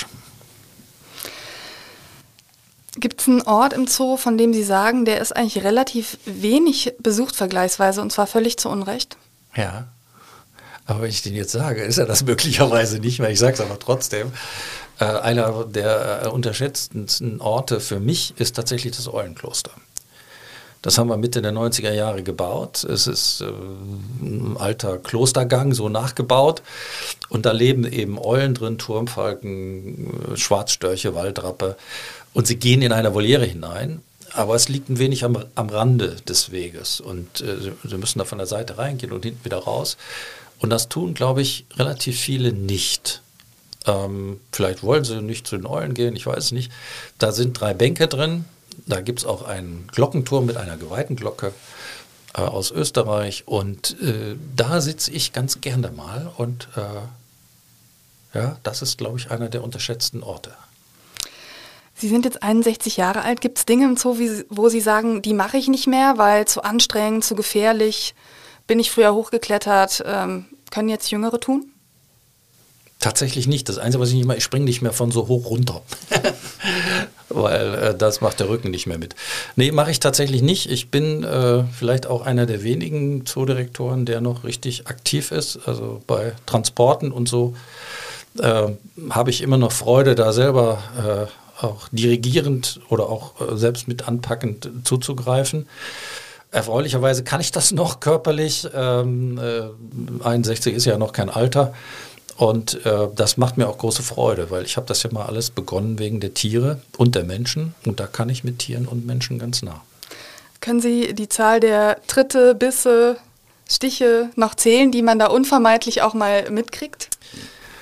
Gibt es einen Ort im Zoo, von dem Sie sagen, der ist eigentlich relativ wenig besucht vergleichsweise und zwar völlig zu Unrecht? Ja. Aber wenn ich den jetzt sage, ist er das möglicherweise nicht mehr. Ich sage es aber trotzdem. Äh, einer der äh, unterschätztesten Orte für mich ist tatsächlich das Eulenkloster. Das haben wir Mitte der neunziger Jahre gebaut. Es ist äh, ein alter Klostergang, so nachgebaut. Und da leben eben Eulen drin, Turmfalken, Schwarzstörche, Waldrappe. Und sie gehen in eine Voliere hinein. Aber es liegt ein wenig am, am Rande des Weges. Und äh, sie müssen da von der Seite reingehen und hinten wieder raus. Und das tun, glaube ich, relativ viele nicht. Ähm, vielleicht wollen sie nicht zu den Eulen gehen, ich weiß es nicht. Da sind drei Bänke drin. Da gibt es auch einen Glockenturm mit einer geweihten Glocke äh, aus Österreich. Und äh, da sitze ich ganz gerne mal. Und äh, ja, das ist, glaube ich, einer der unterschätzten Orte. Sie sind jetzt einundsechzig Jahre alt. Gibt es Dinge im Zoo, wie, wo Sie sagen, die mache ich nicht mehr, weil zu anstrengend, zu gefährlich? Bin ich früher hochgeklettert? Ähm, können jetzt Jüngere tun? Tatsächlich nicht. Das Einzige, was ich nicht mache, ich springe nicht mehr von so hoch runter. Weil äh, das macht der Rücken nicht mehr mit. Nee, mache ich tatsächlich nicht. Ich bin äh, vielleicht auch einer der wenigen Zoodirektoren, der noch richtig aktiv ist. Also bei Transporten und so äh, habe ich immer noch Freude, da selber äh, auch dirigierend oder auch äh, selbst mit anpackend zuzugreifen. Erfreulicherweise kann ich das noch körperlich. Ähm, äh, einundsechzig ist ja noch kein Alter. Und äh, das macht mir auch große Freude, weil ich habe das ja mal alles begonnen wegen der Tiere und der Menschen. Und da kann ich mit Tieren und Menschen ganz nah. Können Sie die Zahl der Tritte, Bisse, Stiche noch zählen, die man da unvermeidlich auch mal mitkriegt?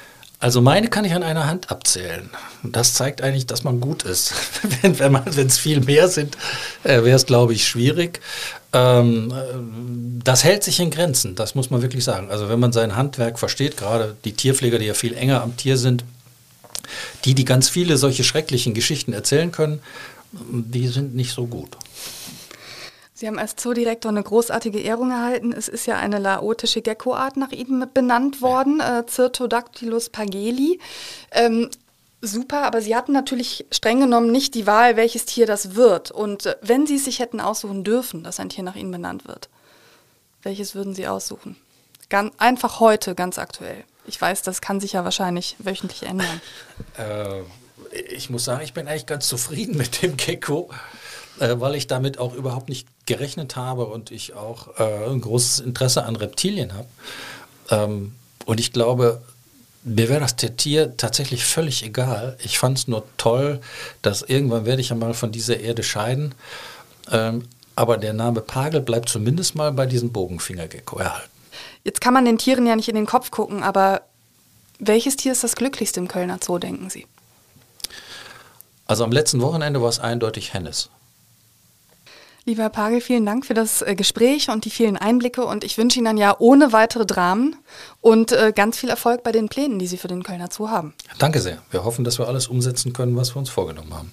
Also meine kann ich an einer Hand abzählen. Und das zeigt eigentlich, dass man gut ist. wenn wenn wenn es viel mehr sind, äh, wäre es, glaube ich, schwierig. Ähm, das hält sich in Grenzen, das muss man wirklich sagen. Also wenn man sein Handwerk versteht, gerade die Tierpfleger, die ja viel enger am Tier sind, die, die ganz viele solche schrecklichen Geschichten erzählen können, die sind nicht so gut. Sie haben als Zoodirektor eine großartige Ehrung erhalten. Es ist ja eine laotische Geckoart nach Ihnen benannt worden, äh, Cyrtodactylus pageli. Ähm, super, aber Sie hatten natürlich streng genommen nicht die Wahl, welches Tier das wird. Und äh, wenn Sie es sich hätten aussuchen dürfen, dass ein Tier nach Ihnen benannt wird, welches würden Sie aussuchen? Ganz, einfach heute, ganz aktuell. Ich weiß, das kann sich ja wahrscheinlich wöchentlich ändern. Äh, ich muss sagen, ich bin eigentlich ganz zufrieden mit dem Gecko, äh, weil ich damit auch überhaupt nicht gerechnet habe und ich auch äh, ein großes Interesse an Reptilien habe. Ähm, und ich glaube, mir wäre das Tier tatsächlich völlig egal. Ich fand es nur toll, dass irgendwann werde ich ja mal von dieser Erde scheiden. Ähm, aber der Name Pagel bleibt zumindest mal bei diesem Bogenfingergecko erhalten. Jetzt kann man den Tieren ja nicht in den Kopf gucken, aber welches Tier ist das glücklichste im Kölner Zoo, denken Sie? Also am letzten Wochenende war es eindeutig Hennes. Lieber Herr Pagel, vielen Dank für das äh, Gespräch und die vielen Einblicke und ich wünsche Ihnen dann ja ohne weitere Dramen und äh, ganz viel Erfolg bei den Plänen, die Sie für den Kölner Zoo haben. Danke sehr. Wir hoffen, dass wir alles umsetzen können, was wir uns vorgenommen haben.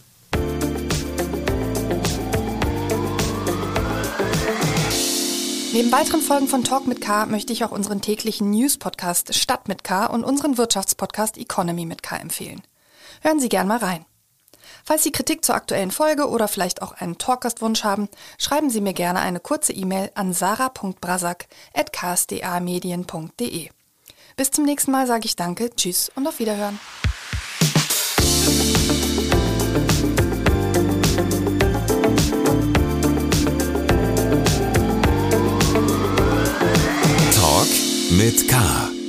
Neben weiteren Folgen von Talk mit K möchte ich auch unseren täglichen News-Podcast Stadt mit K und unseren Wirtschaftspodcast Economy mit K empfehlen. Hören Sie gern mal rein. Falls Sie Kritik zur aktuellen Folge oder vielleicht auch einen Talkgastwunsch haben, schreiben Sie mir gerne eine kurze E-Mail an sarah punkt brasak at k s d a medien punkt d e. Bis zum nächsten Mal sage ich Danke, Tschüss und auf Wiederhören. Talk mit K.